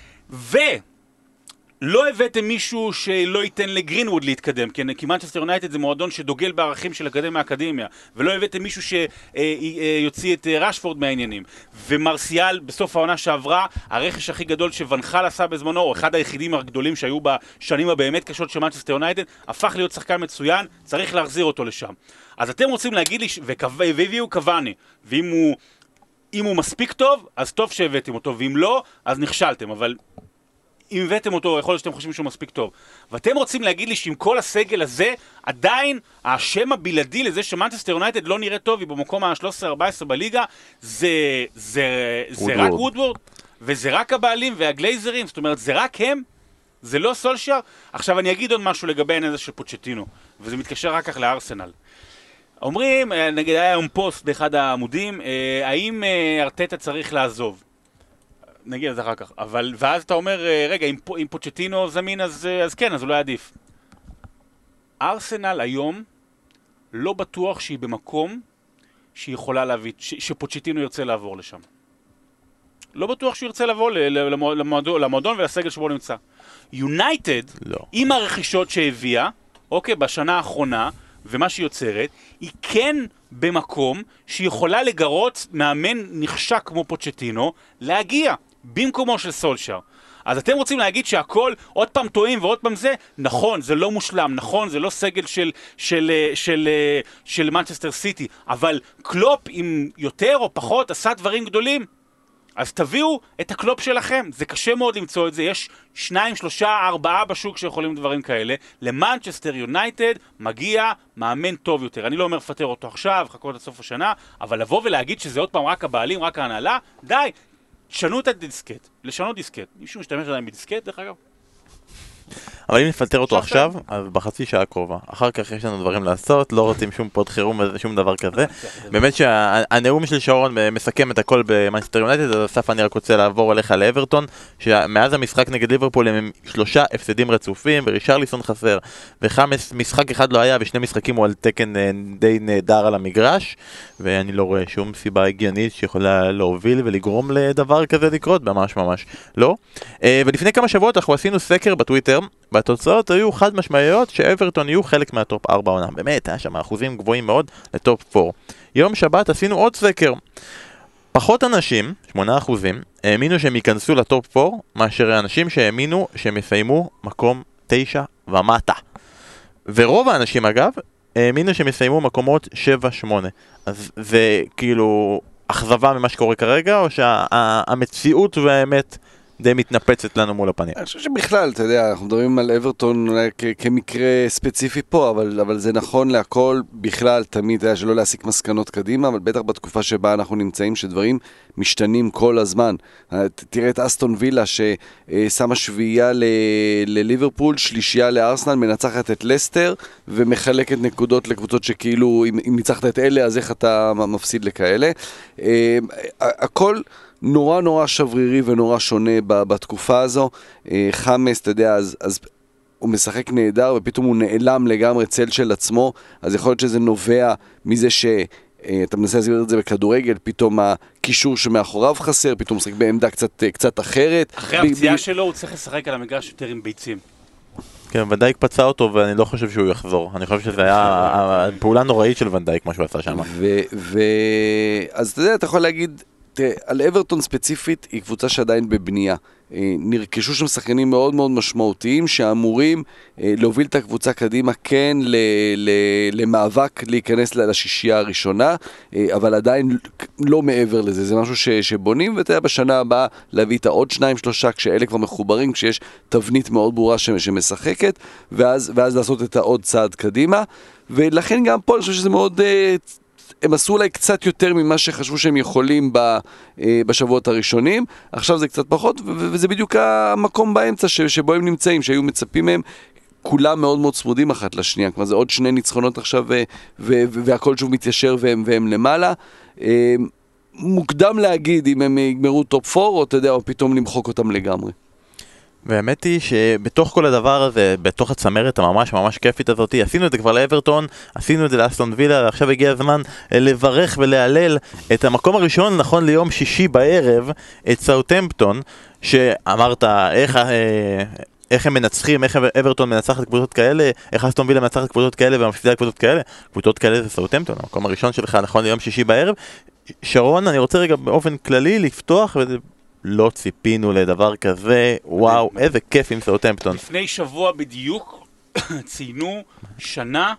לא הבאתם מישהו שלא ייתן לגרינווד להתקדם, כי מנצ'סטר יונייטד זה מועדון שדוגל בערכים של האקדמיה, ולא הבאתם מישהו שיוציא את רשפורד מהעניינים. ומרסיאל בסוף העונה שעברה, הרכש הכי גדול שוונחל עשה בזמנו, או אחד היחידים הגדולים שהיו בשנים הבאמת קשות של מנצ'סטר יונייטד, הפך להיות שחקן מצוין, צריך להחזיר אותו לשם. אז אתם רוצים להגיד לי, והביאו קוואני, ואם הוא מספיק טוב, אז טוב שהבאתם אותו, ואם לא, אז נכשלתם, אבל אם הבאתם אותו, יכול להיות שאתם חושבים שהוא מספיק טוב. ואתם רוצים להגיד לי שעם כל הסגל הזה, עדיין השם הבלעדי לזה שמנצ'סטר יונייטד לא נראה טוב, היא במקום ה-13-14 בליגה, זה רק וודוורד, וזה רק הבעלים והגלייזרים, זאת אומרת, זה רק הם, זה לא סולשר. עכשיו אני אגיד עוד משהו לגבי העניין הזה של פוצ'טינו, וזה מתקשר רק כך לארסנל. אומרים, נגיד היה היום פוסט באחד העמודים, האם ארטטה צריך לעזוב? נגיד את זה אחר כך, ואז אתה אומר, רגע, אם פוצ'טינו זמין, אז כן, אז אולי עדיף. ארסנל היום לא בטוח שהיא במקום שהיא יכולה להביא, שפוצ'טינו ירצה לעבור לשם. לא בטוח שהוא ירצה לבוא למועדון ולסגל שבו נמצא. יונייטד, עם הרכישות שהביאה, אוקיי, בשנה האחרונה, ומה שהיא יוצרת, היא כן במקום שהיא יכולה לגרות מאמן נחשק כמו פוצ'טינו להגיע במקומו של סולשר. אז אתם רוצים להגיד שהכל עוד פעם טועים ועוד פעם זה? נכון, זה לא מושלם, נכון, זה לא סגל של מנצ'סטר סיטי, אבל קלופ עם יותר או פחות עשה דברים גדולים. אז תביאו את הקלופ שלכם, זה קשה מאוד למצוא את זה, יש 2, 3, 4 בשוק שיכולים דברים כאלה. למנצ'סטר יונייטד מגיע מאמן טוב יותר. אני לא אומר לפטר אותו עכשיו, חכות עד סוף השנה, אבל לבוא ולהגיד שזה עוד פעם רק הבעלים, רק ההנהלה, די, תשנו את הדיסקט, לשנות דיסקט. מישהו משתמש עדיין בדיסקט, דרך אגב? אבל אם נפטר אותו עכשיו, אז בחצי שעה הקרובה. אחר כך יש לנו דברים לעשות, לא רוצים שום פוד חירום ושום דבר כזה. באמת שהנאום של שרון מסכם את הכל במנצ'סטר יונייטד, אז אסף אני רק רוצה לעבור אליך לאברטון, שמאז המשחק נגד ליברפול הם 3 הפסדים רצופים, ורישרליסון חסר, וחמאס משחק אחד לא היה, ושני משחקים הוא על תקן די נהדר על המגרש, ואני לא רואה שום סיבה הגיונית שיכולה להוביל ולגרום לדבר כזה לקרות, ממש ממש לא. ולפני כמה שבועות אנחנו עשינו סקר בטוויטר, והתוצאות היו חד משמעיות שאברטון יהיו חלק מהטופ 4 עונה. באמת, היה שם אחוזים גבוהים מאוד לטופ 4. יום שבת עשינו עוד סקר. פחות אנשים, 8%, האמינו שהם ייכנסו לטופ 4, מאשר האנשים שהאמינו שהם יסיימו מקום 9 ומטה. ורוב האנשים אגב, האמינו שהם יסיימו מקומות 7-8. אז זה כאילו אכזבה ממה שקורה כרגע, או שהמציאות והאמת די מתנפצת לנו מול הפנים. אני חושב שבכלל, אתה יודע, אנחנו מדברים על אברטון כמקרה ספציפי פה, אבל זה נכון להכל בכלל, תמיד, אתה יודע, שלא להסיק מסקנות קדימה, אבל בטח בתקופה שבה אנחנו נמצאים, שדברים משתנים כל הזמן. תראה את אסטון וילה ששמה שביעייה לליברפול, שלישייה לארסנל, מנצחת את לסטר, ומחלקת נקודות לקבוצות שכאילו, אם ניצחת את אלה, אז איך אתה מפסיד לכאלה. הכל נורא נורא שברירי ונורא שונה בתקופה הזו. חמאס, אתה יודע, אז הוא משחק נהדר, ופתאום הוא נעלם לגמרי צל של עצמו, אז יכול להיות שזה נובע מזה אתה מנסה להסביר את זה בכדורגל, פתאום הקישור שמאחוריו חסר, פתאום משחק בעמדה קצת אחרת. אחרי הפציעה שלו הוא צריך לשחק על המגרש יותר עם ביצים. כן, ונדייק פצע אותו ואני לא חושב שהוא יחזור. אני חושב שזה היה פעולה נוראית של ונדייק, מה שהוא עשה שם. אז אתה יודע, אתה יכול להגיד, על אברטון ספציפית היא קבוצה שעדיין בבנייה. נרכשו שם שחקנים מאוד מאוד משמעותיים שאמורים להוביל את הקבוצה קדימה, כן, למאבק להיכנס לשישייה הראשונה, אבל עדיין לא מעבר לזה. זה משהו שבונים, ואתה יודע, בשנה הבאה להביא את העוד 2-3, כשאלה כבר מחוברים, כשיש תבנית מאוד ברורה שמשחקת, ואז לעשות את העוד צעד קדימה. ולכן גם פה אני חושב שזה מאוד הם עשו אולי קצת יותר ממה שחשבו שהם יכולים בשבועות הראשונים, עכשיו זה קצת פחות, וזה בדיוק המקום באמצע שבו הם נמצאים, שהיו מצפים מהם, כולם מאוד מאוד צמודים אחת לשנייה, כלומר זה עוד 2 ניצחונות עכשיו, והכל שוב מתיישר והם למעלה. מוקדם להגיד אם הם יגמרו טופ 4, או אתה יודע, או פתאום למחוק אותם לגמרי. והאמת היא שבתוך כל הדבר הזה, בתוך הצמרת הממש ממש כיפית הזאת, עשינו את זה כבר לאברטון, עשינו את זה לאסטון וילה, ועכשיו הגיע הזמן לברך ולהלל את המקום הראשון, נכון ליום שישי בערב, את סאות'המפטון, שאמרת איך הם מנצחים, איך אברטון מנצחת קבוצות כאלה, איך אסטון וילה מנצחת קבוצות כאלה ומפסידה קבוצות כאלה. קבוצות כאלה זה סאות'המפטון, המקום הראשון שלך נכון ליום שישי בערב. שרון, אני רוצה רגע באופן כללי לפתוח, לא ציפינו לדבר כזה, וואו, איזה כיף עם סאות'המפטון. לפני שבוע בדיוק ציינו שנה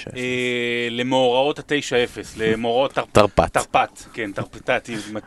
למאורעות ה-9-0, למאורעות תרפ"ט, כן, תרפ"ט,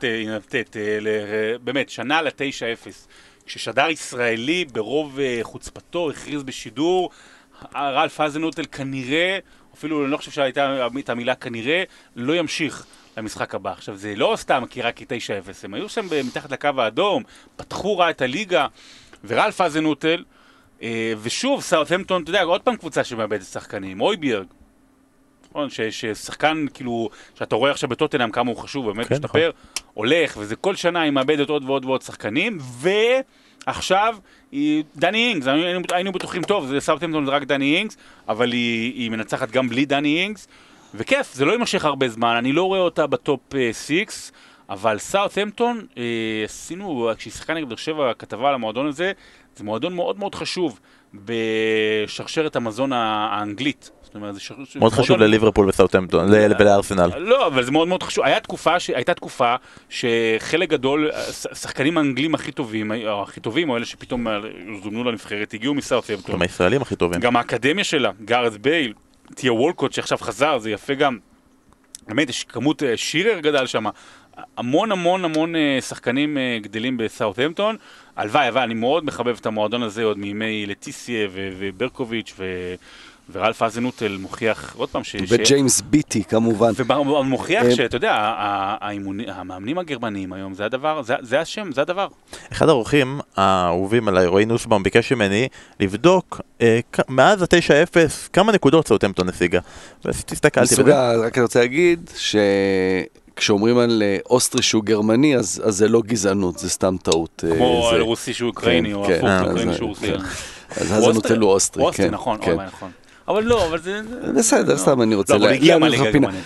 באמת, שנה ל-9-0, כששדר ישראלי ברוב חוצפתו הכריז בשידור, רלף האזנהוטל כנראה, אפילו אני לא חושב שהייתה את המילה כנראה, לא ימשיך למשחק הבא. עכשיו, זה לא סתם כי רק 9-0, הם היו שם מתחת לקו האדום, פתחו רע את הליגה, ורלף האזנהוטל, ושוב, סאות'המפטון, אתה יודע, עוד פעם קבוצה שמאבדת שחקנים, אויביארג, ששחקן, כאילו, שאתה רואה עכשיו בטוטנהאם כמה הוא חשוב, באמת משתפר, הולך, וזה כל שנה היא מאבדת עוד ועוד ועוד שחקנים, ועכשיו, דני אינגס, היינו בטוחים טוב, זה סאות'המפטון זה רק דני אינגס, אבל היא מנצחת גם בלי דני אינגס, וכיף, זה לא יימשך הרבה זמן, אני לא רואה אותה בטופ 6, אבל סאות'המפטון, עשינו, כשהיא שחקה נגד באר שבע, כתבה על המועדון הזה, זה מועדון מאוד מאוד חשוב בשרשרת המזון האנגלית. מאוד חשוב לליברפול וסאות'המפטון, ולארסנל. לא, אבל זה מאוד מאוד חשוב. הייתה תקופה שחלק גדול, שחקנים האנגלים הכי טובים, או אלה שפתאום זומנו לנבחרת, הגיעו מסאות'המפטון. גם הישראלים הכי טובים. גם האקדמיה שלה, גארת בייל, תיה וולקוט שעכשיו חזר, זה יפה גם. באמת, יש כמות שירר גדל שם. המון המון המון שחקנים גדלים בסאות'המפטון. הלוואי, אני מאוד מחבב את המועדון הזה עוד מימי לטיסיה וברקוביץ' ורלף האזנהוטל מוכיח עוד פעם וג'יימס ביטי כמובן. ומוכיח שאתה יודע, המאמנים הגרמנים היום, זה הדבר, זה השם, זה הדבר. אחד האורחים האהובים עליי, רועי נוסבאום, ביקש ממני לבדוק מאז ה-9-0 כמה נקודות סאות'המפטון השיגה. והסתכלתי בזה. רק אני רוצה להגיד כשאומרים על אוסטרי שהוא גרמני, אז זה לא גזענות, זה סתם טעות. כמו על רוסי שהוא אוקראיני, או הפוך לאוקראיני שהוא רוסי. אז האזנהוטל הוא אוסטרי. אוסטרי, נכון, נכון. אבל לא, אבל זה... בסדר, סתם אני רוצה להגיע מליגה גרמנית.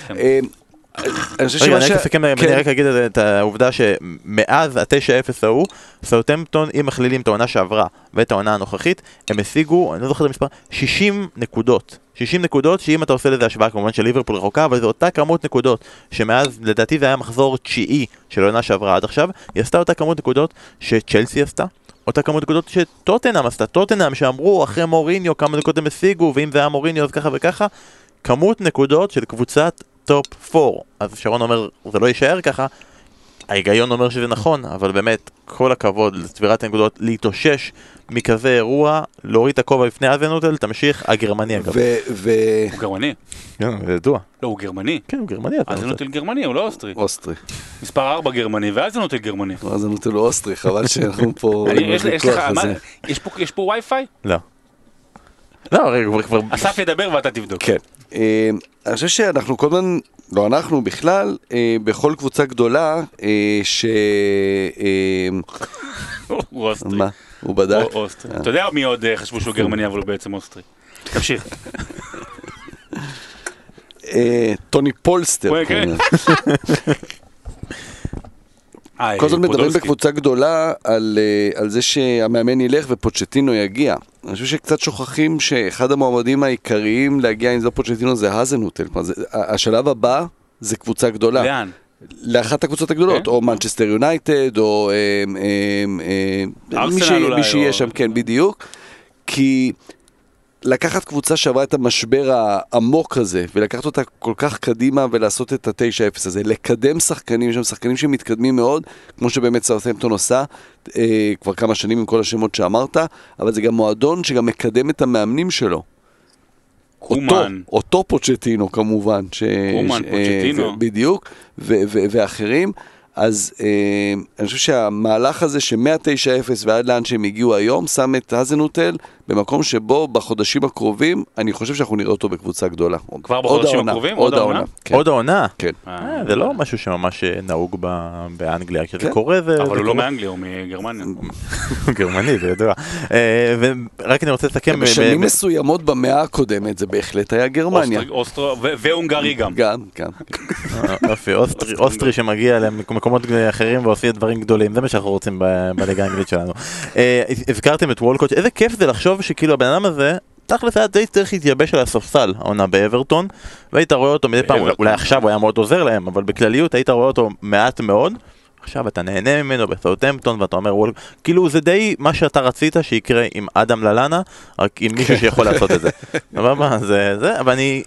אני רק אגיד את העובדה שמאז ה-9-0 ההוא, סאות'המפטון, אם מכלילים את העונה שעברה ואת העונה הנוכחית, הם השיגו, אני לא זוכר את המספר, 60 נקודות. 60 נקודות, שאם אתה עושה לזה השוואה כמובן של ליברפול רחוקה, אבל זו אותה כמות נקודות, שמאז, לדעתי זה היה מחזור 9 של העונה שעברה עד עכשיו, היא עשתה אותה כמות נקודות שצ'לסי עשתה, אותה כמות נקודות שטוטנהאם עשתה, טוטנהאם שאמרו אחרי מוריניו כמה נקודות הם השיגו, ואם זה היה מוריניו אז ככה וככה, כמות נקודות של קבוצת טופ 4. אז שרון אומר, זה לא יישאר ככה, ההיגיון אומר שזה נכון, אבל באמת, כל הכבוד לצבירת הנקודות, להתאושש מכזה אירוע, להוריד את הכובע לפני אזנוטל, תמשיך, הגרמני אגב. הוא גרמני. כן, זה ידוע. לא, הוא גרמני. כן, הוא גרמני. אזנוטל גרמני, הוא לא אוסטרי. אוסטרי. מספר 4 גרמני, ואזנוטל גרמני. אזנוטל הוא אוסטרי, חבל שאנחנו פה... יש פה וי-פיי? לא. לא, רגע, כבר... אסף ידבר ואתה תבדוק. כן. אני חושב שאנחנו כל הזמן, לא אנחנו בכלל, בכל קבוצה גדולה, הוא אוסטרי. מה? הוא בדק? הוא אוסטרי. אתה יודע מי עוד חשבו שהוא גרמני, אבל הוא בעצם אוסטרי. תמשיך. טוני פולסטר. כל הזמן מדברים בקבוצה גדולה על זה שהמאמן ילך ופוצ'טינו יגיע. אני חושב שקצת שוכחים שאחד המועמדים העיקריים להגיע עם זה פוצ'טינו זה האזנוטל. השלב הבא זה קבוצה גדולה. לאן? לאחת הקבוצות הגדולות, או מנצ'סטר יונייטד, או מי שיהיה שם, כן, בדיוק. כי לקחת קבוצה שעברה את המשבר העמוק הזה, ולקחת אותה כל כך קדימה ולעשות את ה-9-0 הזה, לקדם שחקנים, יש שם שחקנים שמתקדמים מאוד, כמו שבאמת סאות'המפטון עושה, כבר כמה שנים עם כל השמות שאמרת, אבל זה גם מועדון שגם מקדם את המאמנים שלו. אותו פוצ'טינו כמובן, קומן, פוצ'טינו. בדיוק, ואחרים. אז אני חושב שהמהלך הזה שמ-9-0 ועד לאן שהם הגיעו היום, שם את האזנוטל במקום שבו בחודשים הקרובים, אני חושב שאנחנו נראה אותו בקבוצה גדולה. כבר בחודשים הקרובים? עוד העונה. עוד העונה? כן. זה לא משהו שממש נהוג באנגליה, כשזה קורה זה... אבל הוא לא מאנגליה, הוא מגרמניה. הוא גרמני, זה ידוע. ורק אני רוצה לסכם... בשנים מסוימות במאה הקודמת, זה בהחלט היה גרמניה. והונגרי גם. גם. יופי, אוסטרי שמגיע למקומות אחרים ועושה דברים גדולים, זה מה שאנחנו רוצים בליגה האנגלית שלנו. הזכרתם את וולקוט, איזה כיף זה לחשוב שכאילו הבן אדם הזה, תכלס היה די צריך להתייבש על הספסל, העונה באברטון, והיית רואה אותו מדי פעם, אולי עכשיו הוא היה מאוד עוזר להם, אבל בכלליות היית רואה אותו מעט מאוד, עכשיו אתה נהנה ממנו בסאות'המפטון ואתה אומר וולקוט, כאילו זה די מה שאתה רצית שיקרה עם אדם ללאנה, רק עם מישהו שיכול לעשות את זה. אבל אני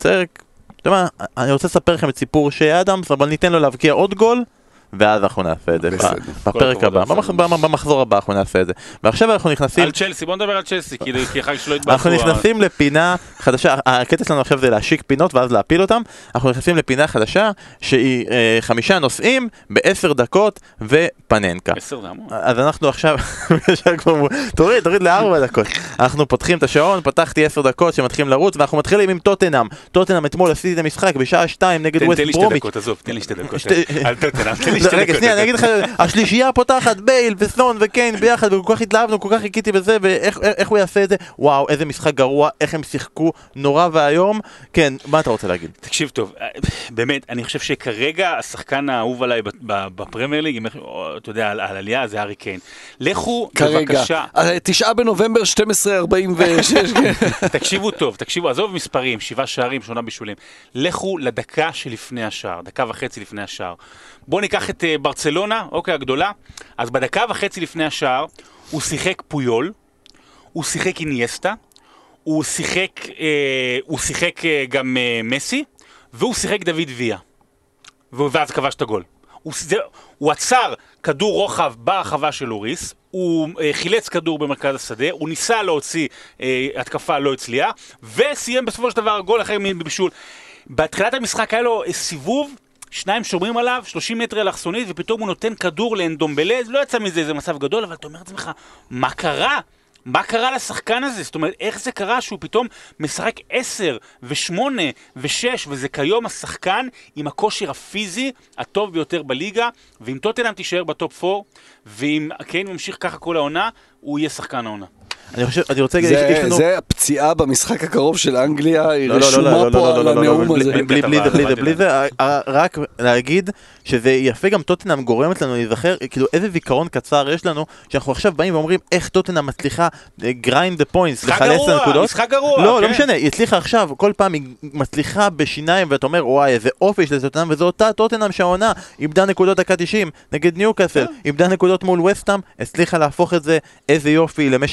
אני רוצה לספר לכם את סיפור שאדמס, אבל ניתן לו להבקיע עוד גול, ואז אנחנו נעשה את זה בפרק הבא, במחזור הבא אנחנו נעשה את זה. ועכשיו אנחנו נכנסים... על צ'לסי, בוא נדבר על צ'לסי, כי חג שלא יתבצעו... אנחנו נכנסים לפינה חדשה, הקטע שלנו עכשיו זה להשיק פינות ואז להפיל אותם, אנחנו נכנסים לפינה חדשה שהיא 5 נושאים ב10 דקות ופננקה. 10 זה המון. אז אנחנו עכשיו, תוריד ל4 דקות. אנחנו פותחים את השעון, פתחתי 10 דקות שמתחילים לרוץ, ואנחנו מתחילים עם טוטנהאם. טוטנהאם אתמול עשיתי את המשחק בשעה 2 נגד ווסט ברומיץ'. תן לי 2 דקות. על טוטנהאם. רגע, שנייה, אני אגיד לך, השלישייה פותחת, בייל וסון וקיין ביחד, וכל כך התלהבנו, כל כך חיכיתי בזה, ואיך הוא יעשה את זה? וואו, איזה משחק גרוע, איך הם שיחקו, נורא והיום. כן, מה אתה רוצה להגיד? תקשיב טוב, באמת, אני חושב שכרגע השחקן האהוב עליי בפרמייר ליג, אתה יודע, על עלייה זה הארי קיין. לכו, בבקשה. 9 בנובמבר 12:46. תקשיבו טוב, עזוב מספרים, 7 שערים, 8 בישולים. לכו לדקה שלפני השער, 1.5 לפני השער. בואו ניקח את ברצלונה, אוקיי, הגדולה. אז 1.5 לפני השער, הוא שיחק פויול, הוא שיחק אינייסטה, הוא שיחק גם מסי, והוא שיחק דוד ויה. ואז כבש את הגול. הוא עצר כדור רוחב ברחבה של אוריס, הוא חילץ כדור במרכז השדה, הוא ניסה להוציא התקפה לא הצליח, וסיים בסופו של דבר גול אחר מבישול. בתחילת המשחק היה לו סיבוב, 2 שומרים עליו, 30 מטר אלכסונית, ופתאום הוא נותן כדור לאנדומבלה, לא יצא מזה איזה מצב גדול, אבל אתה אומר את עצמך, מה קרה? מה קרה לשחקן הזה? זאת אומרת, איך זה קרה שהוא פתאום משחק 10 ו8 ו6, וזה כיום השחקן עם הכושר הפיזי הטוב ביותר בליגה, ואם טוטנהאם תישאר בטופ 4, ואם קיין ממשיך ככה כל העונה, הוא יהיה שחקן העונה. אני רוצה להגיד, זה הפציעה במשחק הקרוב של אנגליה, היא רשומה פה על הנאום הזה. בלי זה, רק להגיד שזה יפה, גם טוטנהאם גורמת לנו להיזכר, כאילו איזה זיכרון קצר יש לנו, שאנחנו עכשיו באים ואומרים איך טוטנהאם מצליחה grind the points, לחלץ את הנקודות. משחק גרוע, לא משנה, היא הצליחה עכשיו, כל פעם היא מצליחה בשיניים, ואתה אומר, וואי, איזה אופי של טוטנהאם, וזו אותה טוטנהאם שהעונה, איבדה נקודות דקה 90 נגד ניוקאסל, איבדה נקודות מול וסטהאם, הצליחה להפוך את זה, איזה יופי, למשך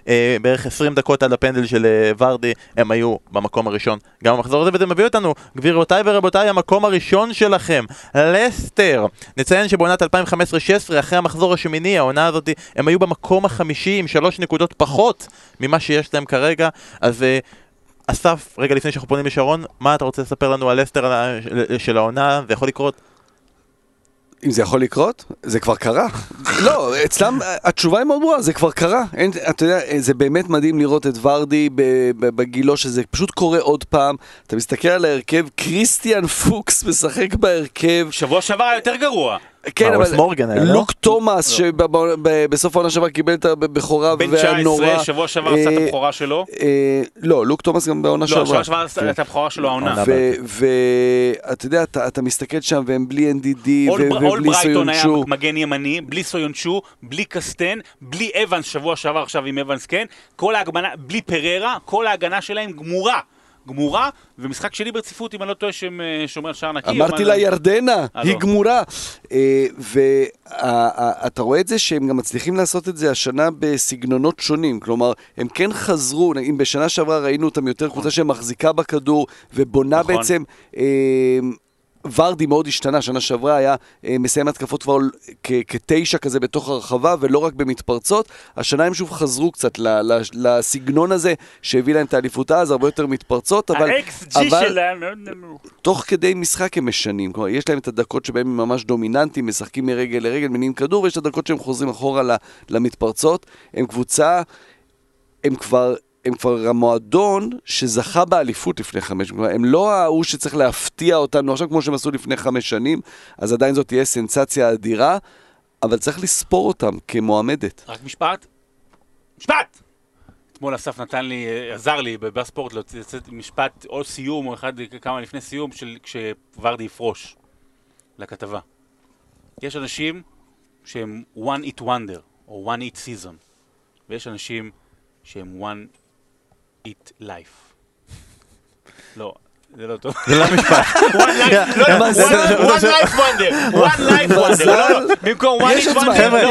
בערך 20 דקות על הפנדל של ורדי, הם היו במקום הראשון גם המחזור הזה, וזה מביא אותנו, גבירותיי ורבותיי, המקום הראשון שלכם, לסטר. נציין שבעונת 2015-16, אחרי המחזור השמיני, העונה הזאת, הם היו במקום החמישי עם 3 נקודות פחות ממה שיש להם כרגע. אז אסף, רגע לפני שאנחנו פונים לשרון, מה אתה רוצה לספר לנו על לסטר של העונה? זה יכול לקרות? אם זה יכול לקרות, זה כבר קרה. לא, אצלם התשובה היא מאוד ברורה, זה כבר קרה. אתה יודע, זה באמת מדהים לראות את ורדי בגילו, שזה פשוט קורה עוד פעם. אתה מסתכל על ההרכב, קריסטיאן פוקס משחק בהרכב. שבוע שעבר היה יותר גרוע. כן, אבל לוק תומאס, שבסוף העונה שעבר קיבל את הבכורה והיה נורא. בן 19, שבוע שעבר עשה את הבכורה שלו? לא, לוק תומאס גם בעונה שעבר. לא, שבוע שעבר עשה את הבכורה שלו העונה. ואתה יודע, אתה מסתכל שם והם בלי NDD ובלי ברייטון היה סויונצ'ו. מגן ימני, בלי סויונצ'ו, בלי קסטן, בלי אבנס, שבוע שעבר עכשיו עם אבנס, כן? כל ההגנה, בלי פררה, כל ההגנה שלהם גמורה, ומשחק שלי ברציפות, אם אני לא טועה, שהם שומר על שער נקי. אמרתי לה ירדנה, היא גמורה. ואתה רואה את זה שהם גם מצליחים לעשות את זה השנה בסגנונות שונים, כלומר, הם כן חזרו, אם בשנה שעברה ראינו אותם יותר קבוצה שמחזיקה בכדור, ובונה בעצם ורדי מאוד השתנה, שנה שעברה היה מסיים התקפות כבר כ9 כזה בתוך הרחבה, ולא רק במתפרצות. השנה הם שוב חזרו קצת לסגנון הזה, שהביא להם את האליפות אז, הרבה יותר מתפרצות, אבל שלהם מאוד נמוך. תוך כדי משחק הם משנים, כלומר, יש להם את הדקות שבהם הם ממש דומיננטיים, משחקים מרגל לרגל, מניעים כדור, ויש את הדקות שהם חוזרים אחורה למתפרצות. הם קבוצה, הם כבר המועדון שזכה באליפות לפני 5 שנים, הם לא ההוא שצריך להפתיע אותנו עכשיו כמו שהם עשו לפני 5 שנים, אז עדיין זאת תהיה סנסציה אדירה, אבל צריך לספור אותם כמועמדת. רק משפט! אתמול אסף נתן לי, עזר לי בספורט לצאת משפט או סיום או אחד כמה לפני סיום כשוורדי יפרוש לכתבה. יש אנשים שהם one hit wonder או one hit season, ויש אנשים שהם one eat life. לא, זה לא טוב. זה לא משפט. one life wonder. one life wonder. לא, במקום one eat wonder.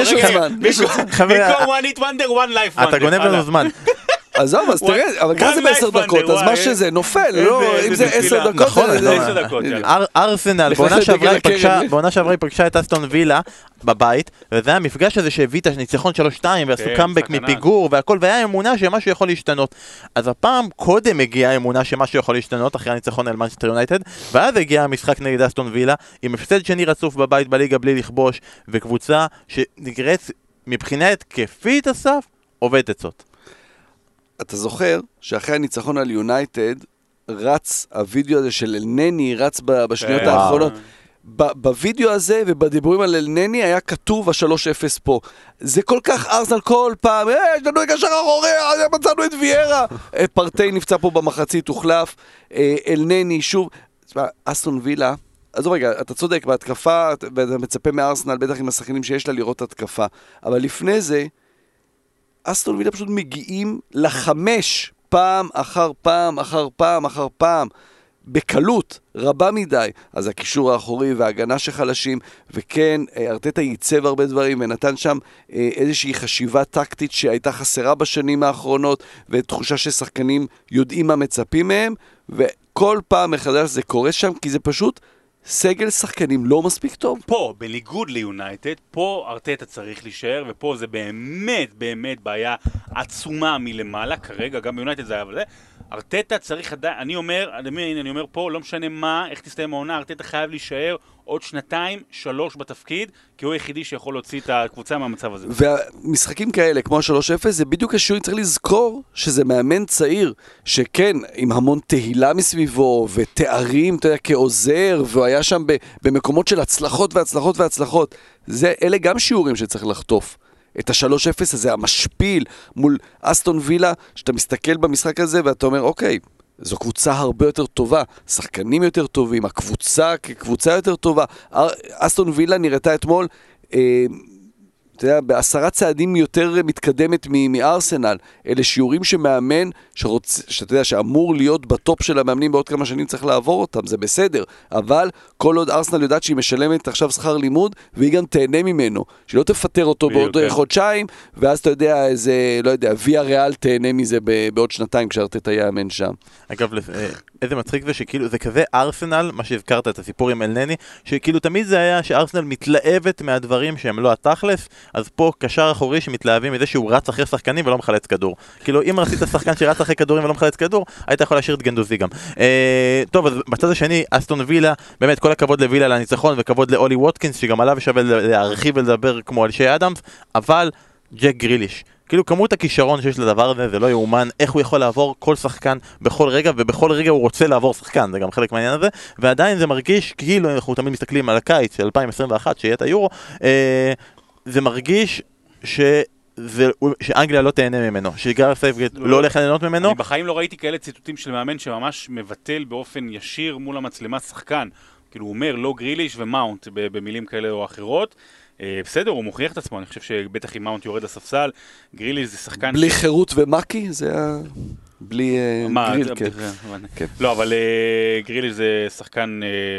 במקום one eat wonder, one life wonder. אתה גונב לנו זמן. עזוב, אז תראה, אבל כמה זה ב10 דקות, אז מה שזה נופל, לא, אם זה 10 דקות, זה 10 דקות. ארסנל, בעונה שעברה היא פגשה את אסטון וילה בבית, וזה המפגש הזה שהביא את הניצחון 3-2, ועשו קאמבק מפיגור והכל, והיה אמונה שמשהו יכול להשתנות. אז הפעם קודם הגיעה אמונה שמשהו יכול להשתנות, אחרי הניצחון על מנצ'סטר יונייטד, ואז הגיע המשחק נגד אסטון וילה, עם הפסד שני רצוף בבית בליגה בלי לכבוש, וקבוצה שנגרץ מבחינה התקפית אסף, עובדת עצות. אתה זוכר שאחרי הניצחון על יונייטד, רץ הווידאו הזה של אלנני, רץ בשניות האחרונות. בווידאו הזה ובדיבורים על אלנני היה כתוב ה-3-0 פה. זה כל כך ארסנל כל פעם, יש לנו קשר אחורי, מצאנו את ויירה. פרטי נפצע פה במחצית, הוחלף. אלנני שוב. אסטון וילה, אז רגע, אתה צודק, בהתקפה, ואתה מצפה מארסנל, בטח עם השחקנים שיש לה לראות התקפה. אבל לפני זה, אסטון וילה פשוט מגיעים לחמש פעם אחר פעם אחר פעם אחר פעם בקלות רבה מדי. אז הקישור האחורי וההגנה שחלשים, וכן, ארטטה ייצב הרבה דברים ונתן שם איזושהי חשיבה טקטית שהייתה חסרה בשנים האחרונות, ותחושה ששחקנים יודעים מה מצפים מהם, וכל פעם מחדש זה קורה שם, כי זה פשוט סגל שחקנים לא מספיק טוב. פה, בניגוד ליונייטד, פה ארטטה צריך להישאר, ופה זה באמת באמת בעיה עצומה מלמעלה, כרגע גם ביונייטד זה היה, אבל זה, ארטטה צריך עדיין, אני אומר פה, לא משנה מה, איך תסתיים העונה, ארטטה חייב להישאר עוד 2-3 בתפקיד, כי הוא היחידי שיכול להוציא את הקבוצה מהמצב הזה. והמשחקים כאלה, כמו ה-3-0, זה בדיוק השיעור, צריך לזכור שזה מאמן צעיר, שכן, עם המון תהילה מסביבו, ותארים, אתה יודע, כעוזר, והוא היה שם במקומות של הצלחות והצלחות והצלחות. אלה גם שיעורים שצריך לחטוף. את ה-3-0 הזה, המשפיל, מול אסטון וילה, שאתה מסתכל במשחק הזה, ואתה אומר, אוקיי, זו קבוצה הרבה יותר טובה, שחקנים יותר טובים, הקבוצה כקבוצה יותר טובה. אסטון וילה נראתה אתמול אתה יודע, ב10 צעדים יותר מתקדמת מארסנל. אלה שיעורים שמאמן, שאתה יודע, שאמור להיות בטופ של המאמנים בעוד כמה שנים צריך לעבור אותם, זה בסדר. אבל כל עוד ארסנל יודעת שהיא משלמת עכשיו שכר לימוד, והיא גם תהנה ממנו. שהיא לא תפטר אותו בעוד חודשיים, ואז אתה יודע, איזה, לא יודע, ויה ריאל תהנה מזה בעוד שנתיים, כשארטטה יאמן שם. אגב, איזה מצחיק זה שכאילו, זה כזה ארסנל, מה שהזכרת את הסיפור עם אלנני, שכאילו תמיד זה היה שארסנל מתלהבת מהדברים שהם לא התכלס, אז פה קשר אחורי שמתלהבים מזה שהוא רץ אחרי שחקנים ולא מחלץ כדור. כאילו, אם רצית שחקן שרץ אחרי כדורים ולא מחלץ כדור, היית יכול להשאיר את גנדוזי גם. טוב, אז בצד השני, אסטון וילה, באמת כל הכבוד לווילה לניצחון וכבוד לאולי ווטקינס, שגם עליו שווה להרחיב ולדבר כמו על שי אדמס, אבל ג'ק גריליש. כאילו כמות הכישרון שיש לדבר הזה, זה לא יאומן איך הוא יכול לעבור כל שחקן בכל רגע, ובכל רגע הוא רוצה לעבור שחקן, זה גם חלק מהעניין הזה, ועדיין זה מרגיש כאילו אנחנו תמיד מסתכלים על הקיץ של 2021, שיהיה את היורו, זה מרגיש שאנגליה לא תהנה ממנו, שגארת' סאות'גייט לא הולך ליהנות ממנו. אני בחיים לא ראיתי כאלה ציטוטים של מאמן שממש מבטל באופן ישיר מול המצלמה שחקן, כאילו הוא אומר לא גריליש ומאונט במילים כאלה או אחרות. בסדר, הוא מוכיח את עצמו, אני חושב שבטח אם מאונט יורד לספסל, גריליש זה שחקן... בלי חירות ומקי, זה היה... בלי גריל, כן. לא, אבל גריליש זה שחקן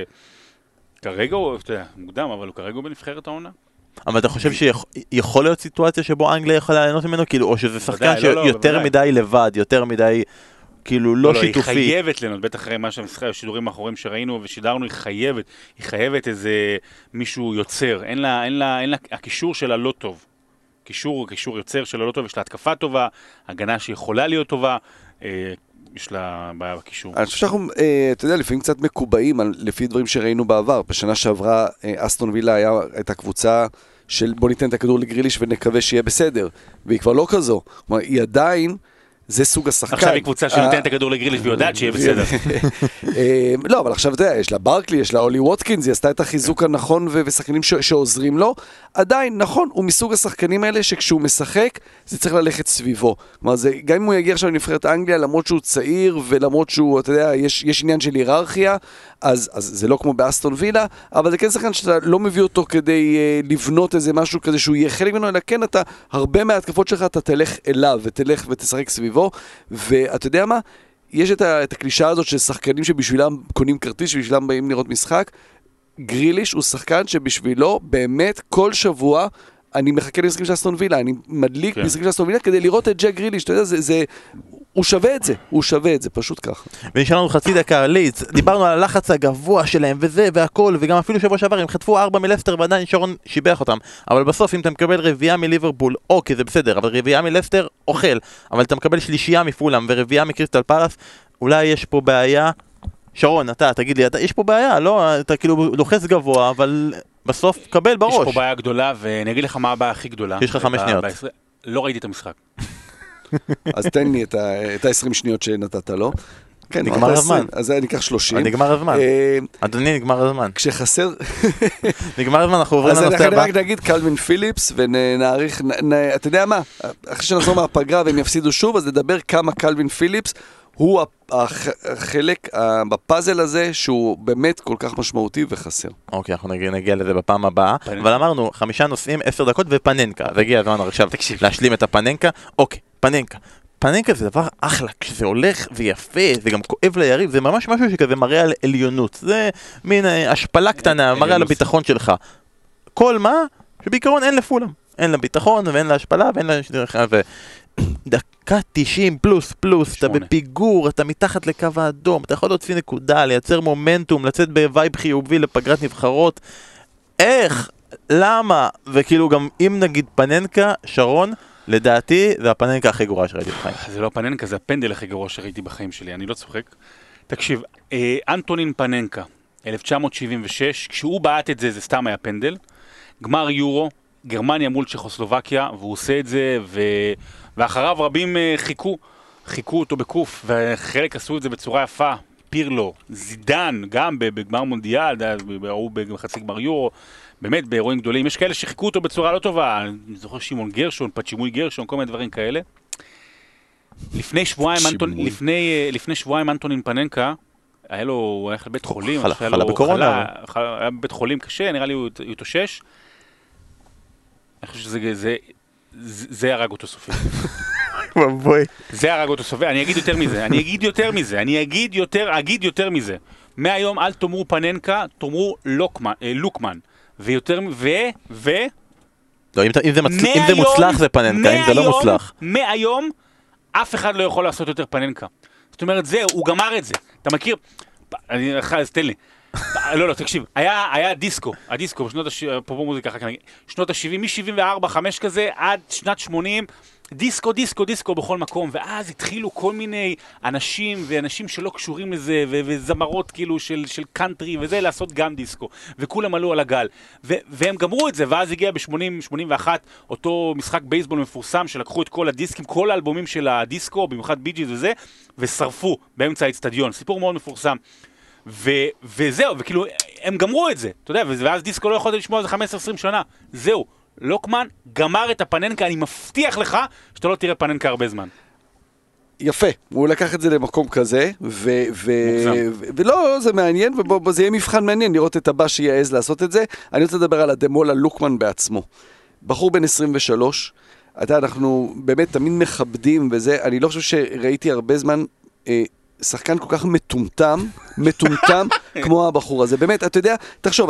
כרגע הוא, אתה יודע, מוקדם, אבל הוא כרגע בנבחרת העונה. אבל אתה חושב שיכול להיות סיטואציה שבו אנגליה יכולה ליהנות ממנו, כאילו, או שזה שחקן שיותר מדי לבד, יותר מדי... כאילו לא שיתופי. היא חייבת לנו, בטח אחרי מה שהשידורים האחוריים שראינו ושידרנו, היא חייבת איזה מישהו יוצר, אין לה, הקישור שלה לא טוב. קישור יוצר שלה לא טוב, יש לה התקפה טובה, הגנה שיכולה להיות טובה, יש לה בעיה בקישור. אני חושב שאנחנו, אתה יודע, לפעמים קצת מקובעים לפי דברים שראינו בעבר. בשנה שעברה, אסטון וילה הייתה קבוצה של בוא ניתן את הכדור לגריליש ונקווה שיהיה בסדר, והיא כבר לא כזו. כלומר, היא עדיין זה סוג השחקן. עכשיו היא קבוצה שנותנת את הכדור לגריליש ויודעת שיהיה בסדר. לא, אבל עכשיו אתה יודע, יש לה ברקלי, יש לה אולי ווטקינס, היא עשתה את החיזוק הנכון ושחקנים שעוזרים לו. עדיין, נכון, הוא מסוג השחקנים האלה שכשהוא משחק, זה צריך ללכת סביבו. כלומר, גם אם הוא יגיע עכשיו לנבחרת אנגליה, למרות שהוא צעיר ולמרות שהוא, אתה יודע, יש עניין של היררכיה, אז זה לא כמו באסטון וילה, אבל זה כן שחקן שאתה לא מביא אותו כדי לבנות איזה משהו כזה שהוא יהיה חלק ממנו, אלא כן, אתה, הרבה מההתקפות שלך, אתה תלך אליו ותלך ותשחק סביבו, ואתה יודע מה? יש את הקלישה הזאת של שחקנים שבשבילם קונים כרטיס, שבשבילם באים לראות משחק. גריליש הוא שחקן שבשבילו באמת כל שבוע אני מחכה למשחקים של אסטון וילה, אני מדליק משחקים של אסטון וילה כדי לראות את ג'ק גריליש, אתה יודע, הוא שווה את זה, פשוט ככה. ונשאר לנו חצי דקה, לידס, דיברנו על הלחץ הגבוה שלהם וזה והכל, וגם אפילו שבוע שעבר הם חטפו 4 מלסטר ועדיין שרון שיבח אותם, אבל בסוף אם אתה מקבל רביעה מליברפול, אוקיי זה בסדר, אבל רביעה מלסטר אוכל, אבל אתה מקבל שלישייה מפולאם ורביעה מקריסטל פלאס, אולי יש פה בעיה. שרון, תגיד לי, יש פה בעיה, לא, אתה כאילו לוחץ גבוה, אבל בסוף קבל בראש. יש פה בעיה גדולה, ואני אגיד לך מה הבעיה הכי גדולה. יש לך 5 שניות. לא ראיתי את המשחק. אז תן לי את ה-20 שניות שנתת לו. כן, נגמר הזמן. אז אני אקח 30. נגמר הזמן. אדוני, נגמר הזמן. כשחסר... נגמר הזמן, אנחנו עוברים לנושא הבא. אז אני רק נגיד קלווין פיליפס, ונעריך, אתה יודע מה? אחרי שנחזור מהפגרה והם יפסידו שוב, אז נדבר כמה קלווין פיליפס הוא החלק בפאזל הזה שהוא באמת כל כך משמעותי וחסר. אוקיי, אנחנו נגיע לזה בפעם הבאה, אבל אמרנו 5 נושאים, 10 דקות ופננקה, והגיע הזמן עכשיו להשלים את הפננקה. אוקיי, פננקה זה דבר אחלה, כשזה הולך ויפה, זה גם כואב ליריב, זה ממש משהו שכזה מראה על עליונות, זה מין השפלה קטנה, מראה על הביטחון שלך. כל מה? שבעיקרון אין לפולם, אין לה ביטחון ואין לה השפלה ואין לה... דקה 90 פלוס, אתה בפיגור, אתה מתחת לקו האדום, אתה יכול להוציא נקודה, לייצר מומנטום, לצאת בווייב חיובי לפגרת נבחרות. איך? למה? וכאילו גם אם נגיד פננקה, שרון, לדעתי זה הפננקה הכי גרוע שראיתי בחיים. זה לא הפננקה, זה הפנדל הכי גרוע שראיתי בחיים שלי, אני לא צוחק. תקשיב, אנטונין פננקה, 1976, כשהוא בעט את זה, זה סתם היה פנדל. גמר יורו, גרמניה מול צ'כוסלובקיה, והוא עושה את זה, ואחריו רבים חיכו אותו בקוף, וחלק עשו את זה בצורה יפה. פירלו, זידן, גם בגמר מונדיאל, הוא בחצי גמר יורו, באמת באירועים גדולים. יש כאלה שחיכו אותו בצורה לא טובה, אני זוכר שמעון גרשון, פצ'ימוי גרשון, כל מיני דברים כאלה. לפני שבועיים אנטונין פננקה, היה לו, היה בבית חולים, חלה בקורונה. היה בבית חולים קשה, נראה לי הוא התאושש. אני חושב שזה הרג אותו סופי. בואי. זה הרג אותו סופי. אני אגיד יותר מזה. מהיום אל תאמרו פננקה, תאמרו לוקמן. ויותר, לא, אם זה מוצלח זה פננקה, אם זה לא מוצלח. מהיום, אף אחד לא יכול לעשות יותר פננקה. זאת אומרת, הוא גמר את זה. אתה מכיר? אז תן לי. לא, תקשיב. היה דיסקו, בשנות אפרופו מוזיקה, שנות ה-70, מ-74, 5 כזה, עד שנת 80, דיסקו בכל מקום, ואז התחילו כל מיני אנשים שלא קשורים לזה, וזמרות כאילו של קאנטרי, וזה לעשות גם דיסקו, וכולם עלו על הגל, והם גמרו את זה, ואז הגיע ב-81 אותו משחק בייסבול מפורסם, שלקחו את כל הדיסקים, כל האלבומים של הדיסקו, במיוחד ביג'יז וזה, ושרפו באמצע האצטדיון, סיפור מאוד מפורסם. וזהו, וכאילו, הם גמרו את זה, אתה יודע, ואז דיסקו לא יכולת לשמוע איזה 15-20 שנה, זהו. לוקמן גמר את הפננקה, אני מבטיח לך שאתה לא תראה פננקה הרבה זמן. יפה, הוא לקח את זה למקום כזה, ולא, זה מעניין, וזה יהיה מבחן מעניין לראות את הבא שיעז לעשות את זה. אני רוצה לדבר על הדמול על לוקמן בעצמו. בחור בן 23, אנחנו באמת תמיד מכבדים וזה, אני לא חושב שראיתי הרבה זמן שחקן כל כך מטומטם כמו הבחור הזה. באמת, אתה יודע, תחשוב,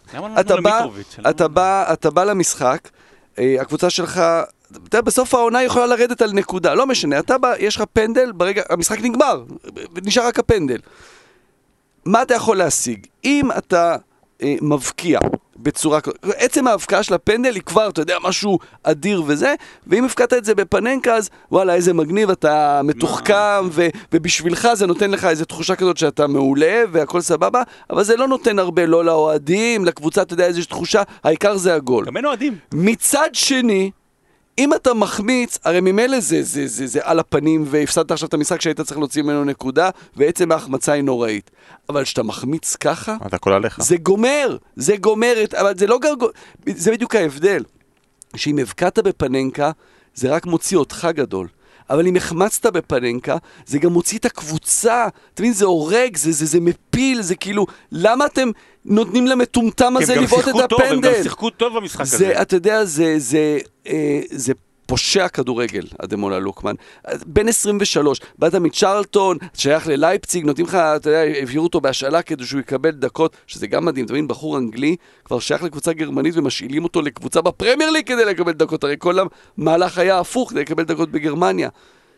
אתה בא למשחק, הקבוצה שלך, בסוף העונה יכולה לרדת על נקודה, לא משנה, אתה בא, יש לך פנדל, ברגע, המשחק נגמר, נשאר רק הפנדל. מה אתה יכול להשיג? אם אתה מבקיע בצורה, עצם ההבקעה של הפנדל היא כבר, אתה יודע, משהו אדיר וזה, ואם הפקעת את זה בפננקה, אז וואלה, איזה מגניב, אתה מתוחכם, ובשבילך זה נותן לך איזו תחושה כזאת שאתה מעולה, והכל סבבה, אבל זה לא נותן הרבה, לא לאוהדים, לקבוצה, אתה יודע, איזו תחושה, העיקר זה הגול. גם אין אוהדים. מצד שני, אם אתה מחמיץ, הרי ממילא זה על הפנים, והפסדת עכשיו את המשחק שהיית צריך להוציא ממנו נקודה, ועצם ההחמצה היא נוראית. אבל כשאתה מחמיץ ככה, אתה כל עליך. זה גומר, אבל זה לא גרגול, זה בדיוק ההבדל. שאם הבקעת בפננקה, זה רק מוציא אותך גדול. אבל אם החמצת בפננקה, זה גם מוציא את הקבוצה, אתה מבין, זה הורג, זה מפיל, זה כאילו, למה אתם נותנים למטומטם הזה לבעוט את הפנדל? הם גם שיחקו טוב במשחק הזה. אתה יודע, זה פושע כדורגל, הדמול הלוקמן. בן 23, באת מצ'רלטון, שייך ללייפציג, נותנים לך, אתה יודע, הביאו אותו בהשאלה כדי שהוא יקבל דקות, שזה גם מדהים, אתה מבין, בחור אנגלי, כבר שייך לקבוצה גרמנית ומשאילים אותו לקבוצה בפרמייר ליג כדי לקבל דקות, הרי כל המהלך היה הפוך כדי לקבל דקות בגרמניה.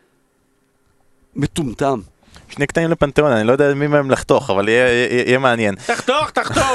מטומטם. שני קטעים לפנתיאון, אני לא יודע מי מהם לחתוך, אבל יהיה מעניין. תחתוך!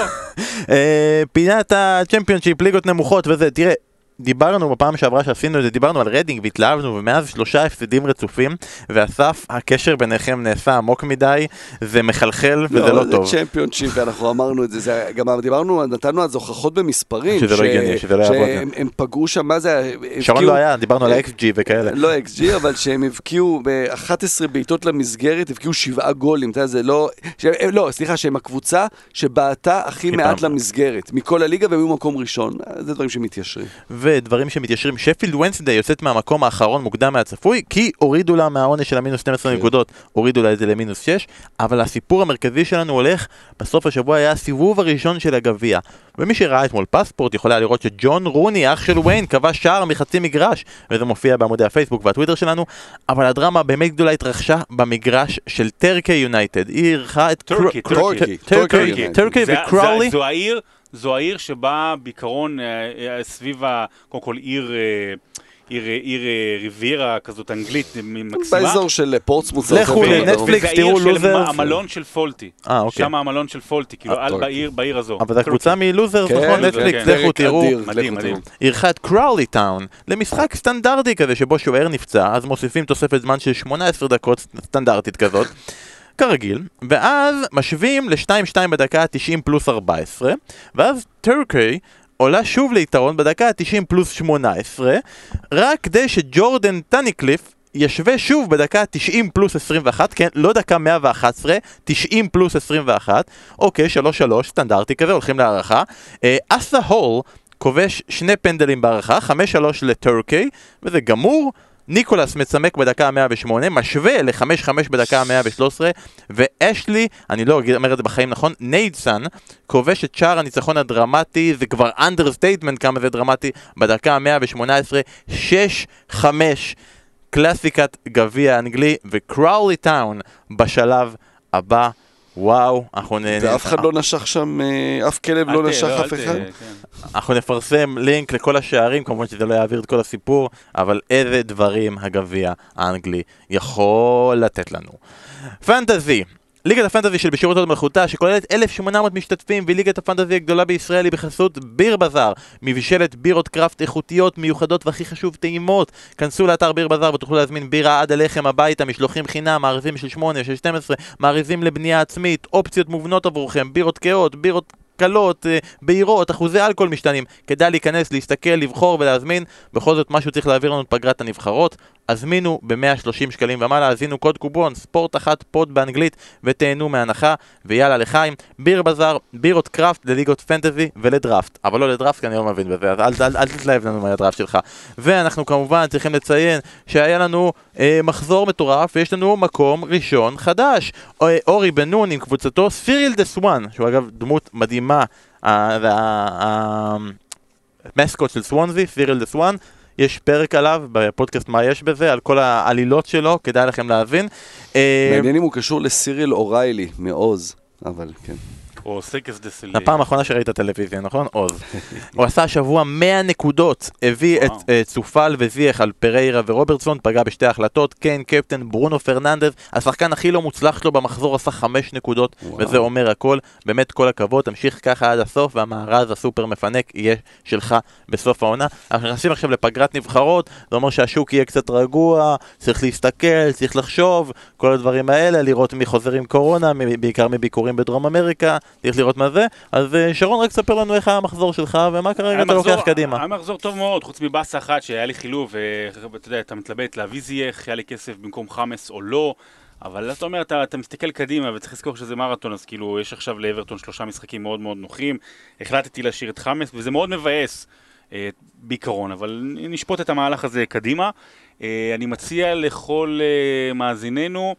פינת הצ'מפיונשיפ, ליגות נמוכות וזה, תראה, דיברנו בפעם שעברה שעשינו את זה, דיברנו על רדינג והתלהבנו, ומאז 3 הפסדים רצופים, ואסף, הקשר ביניכם נעשה עמוק מדי, זה מחלחל וזה לא טוב. זה צ'מפיונשיפ, ואנחנו אמרנו את זה, גם דיברנו, נתנו אז הוכחות במספרים, שזה לא הגיוני, שזה לא יעבוד. שהם פגעו שם, מה זה? שרון לא היה, דיברנו על ה-XG וכאלה. לא XG, אבל שהם הבקיעו ב-11 בעיטות למסגרת, הבקיעו 7 גולים, לא, סליחה, שהם הקבוצה שבעטה הכי מעט למסגרת, מכל הליגה והם מקום ראשון. זה דברים שמתיישרים. ודברים שמתיישרים, שפילד וונסדיי יוצאת מהמקום האחרון מוקדם מהצפוי, כי הורידו לה מהעונש של המינוס 12 נקודות, הורידו לה את זה למינוס 6, אבל הסיפור המרכזי שלנו הולך, בסוף השבוע היה הסיבוב הראשון של הגביע, ומי שראה אתמול פספורט יכול היה לראות שג'ון רוני, אח של וויין, קבע שער מחצי מגרש, וזה מופיע בעמודי הפייסבוק והטוויטר שלנו, אבל הדרמה באמת גדולה התרחשה במגרש של טרקי יונייטד, היא ערכה את טרקי וקראולי. זו העיר שבה בעיקרון סביב, קודם כל עיר ריביירה כזאת אנגלית מקסימה. באזור של פורטסמוט. לכו לנטפליקס, תראו לוזרס. זה העיר של המלון של פולטי. שם המלון של פולטי, כאילו בעיר הזו. אבל זו קבוצה מלוזרס, נכון? נטפליקס, לכו תראו. מדהים. ערכה את קראולי טאון למשחק סטנדרטי כזה שבו שוער נפצע, אז מוסיפים תוספת זמן של 18 דקות סטנדרטית כזאת. כרגיל, ואז משווים ל-2-2 בדקה 90 פלוס 14, ואז טרקי עולה שוב ליתרון בדקה 90 פלוס 18, רק כדי שג'ורדן טניקליף ישווה שוב בדקה 90 פלוס 21, כן, לא דקה 111, 90 פלוס 21, אוקיי, 3-3, סטנדרטי כזה, הולכים להערכה. אסה הול כובש 2 פנדלים בהערכה, 5-3 לטרקי, וזה גמור, ניקולס מצמק בדקה ה-108, משווה ל-5-5 בדקה ה-113, ואשלי, אני לא אומר את זה בחיים נכון, ניידסון, כובש את שער הניצחון הדרמטי, זה כבר אנדרסטייטמנט כמה זה דרמטי, בדקה ה-118, 6-5, קלאסיקת גביע אנגלי, וקראולי טאון בשלב הבא. וואו, אנחנו ואף אחד לא נשך שם, אף כלב לא נשך אף אחד. אנחנו נפרסם לינק לכל השערים, כמובן שזה לא יעביר את כל הסיפור, אבל איזה דברים הגביע האנגלי יכול לתת לנו. פנטזי, ליגת הפנטזי של בשירות עוד מלכותה, שכוללת 1,800 משתתפים, וליגת הפנטזי הגדולה בישראל היא בחסות ביר בזאר, מבשלת בירות קראפט איכותיות, מיוחדות והכי חשוב, טעימות. כנסו לאתר ביר בזאר ותוכלו להזמין בירה עד הלחם הביתה, משלוחים חינם, מארזים של 8, של 12, מארזים לבנייה עצמית, אופציות מובנות עבורכם, בירות קאות, בירות קלות, בהירות, אחוזי אלכוהול משתנים. כדאי להיכנס, להסתכל, לבחור ולהזמין. בכל זאת משהו צריך להעביר לנו את פגרת הנבחרות. הזמינו ב-130 שקלים ומעלה, הזינו קוד קובון ספורט 1 פוד באנגלית ותהנו מהנחה. ויאללה לחיים, ביר בזאר, בירות קראפט לליגות פנטזי ולדראפט, אבל לא לדראפט כי אני לא מבין בזה, אז אל תתלהב לנו מהדראפט שלך. ואנחנו כמובן צריכים לציין שהיה לנו מחזור מטורף, ויש לנו מקום ראשון חדש, אורי בן נון עם קבוצתו סיריל דה סואן, שהוא אגב דמות מדהימה, המסקוט של סוונזי, סיריל דה סואן. יש פרק עליו בפודקאסט מה יש בזה, על כל העלילות שלו, כדאי לכם להבין. מעניין אם הוא קשור לסיריל אוריילי מעוז, אבל כן. או סקס דסלי. הפעם האחרונה שראית טלוויזיה, נכון? עוז. הוא עשה השבוע 100 נקודות, הביא את צופל וזייך על פריירה ורוברטסון, פגע בשתי החלטות, קיין קפטן, ברונו פרננדז, השחקן הכי לא מוצלח שלו במחזור עשה 5 נקודות, וזה אומר הכל, באמת כל הכבוד, תמשיך ככה עד הסוף, והמארז הסופר מפנק יהיה שלך בסוף העונה. אנחנו נכנסים עכשיו לפגרת נבחרות, זה אומר שהשוק יהיה קצת רגוע, צריך להסתכל, צריך לחשוב, כל הדברים האלה, לראות מי חוזר עם קורונה, בעיקר מביקורים בדרום אמריקה, צריך לראות מה זה. אז שרון, רק ספר לנו איך המחזור שלך ומה כרגע אתה לוקח קדימה. היה מחזור טוב מאוד, חוץ מבאסה אחת שהיה לי חילוב, ואתה יודע, אתה מתלבט להביא זייך, היה לי כסף במקום חמאס או לא, אבל אתה אומר, אתה מסתכל קדימה וצריך לזכור שזה מרתון, אז כאילו יש עכשיו לאברטון 3 משחקים מאוד מאוד נוחים, החלטתי להשאיר את חמאס, וזה מאוד מבאס בעיקרון, אבל נשפוט את המהלך הזה קדימה. אני מציע לכל מאזיננו,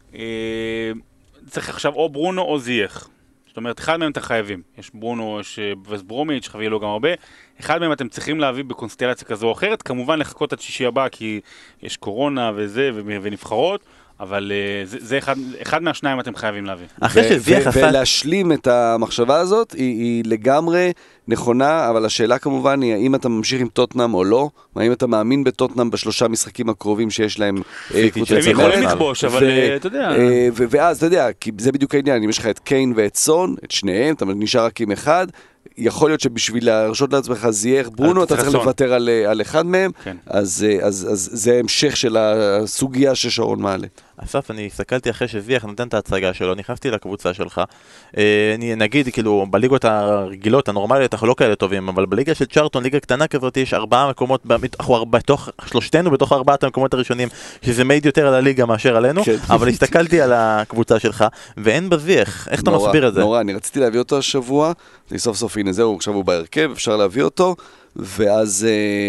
צריך עכשיו או ברונו או זייך. זאת אומרת, אחד מהם אתם חייבים. יש ברונו, יש וסברומיץ', חייב לו גם הרבה. אחד מהם אתם צריכים להביא בקונסטלציה כזו או אחרת. כמובן לחכות עד שישי הבא, כי יש קורונה וזה, ונבחרות. אבל זה אחד מהשניים אתם חייבים להביא. ולהשלים את המחשבה הזאת היא לגמרי נכונה, אבל השאלה כמובן היא האם אתה ממשיך עם טוטנאם או לא, האם אתה מאמין בטוטנאם בשלושה משחקים הקרובים שיש להם קבוצה צמרת. הם יכולים לכבוש, אבל אתה יודע. ואז אתה יודע, כי זה בדיוק העניין, אם יש לך את קיין ואת סון, את שניהם, אתה נשאר רק עם אחד, יכול להיות שבשביל להרשות לעצמך זייך ברונו, אתה צריך לוותר על אחד מהם, אז זה המשך של הסוגיה ששרון מעלה. אסף, אני הסתכלתי אחרי שזייך נותן את ההצגה שלו, נכנסתי לקבוצה שלך, נגיד, כאילו, בליגות הרגילות, הנורמליות, אנחנו לא כאלה טובים, אבל בליגה של צ'ארטון, ליגה קטנה כזאת, יש 4 מקומות, שלושתנו בתוך 4 המקומות הראשונים, שזה מעיד יותר על הליגה מאשר עלינו, אבל הסתכלתי על הקבוצה שלך, ואין בזייך, איך אתה מסביר את זה? נורא, אני רציתי להביא אותו השבוע, סוף סוף, הנה זהו, עכשיו הוא בהרכב, אפשר להביא אותו, ואז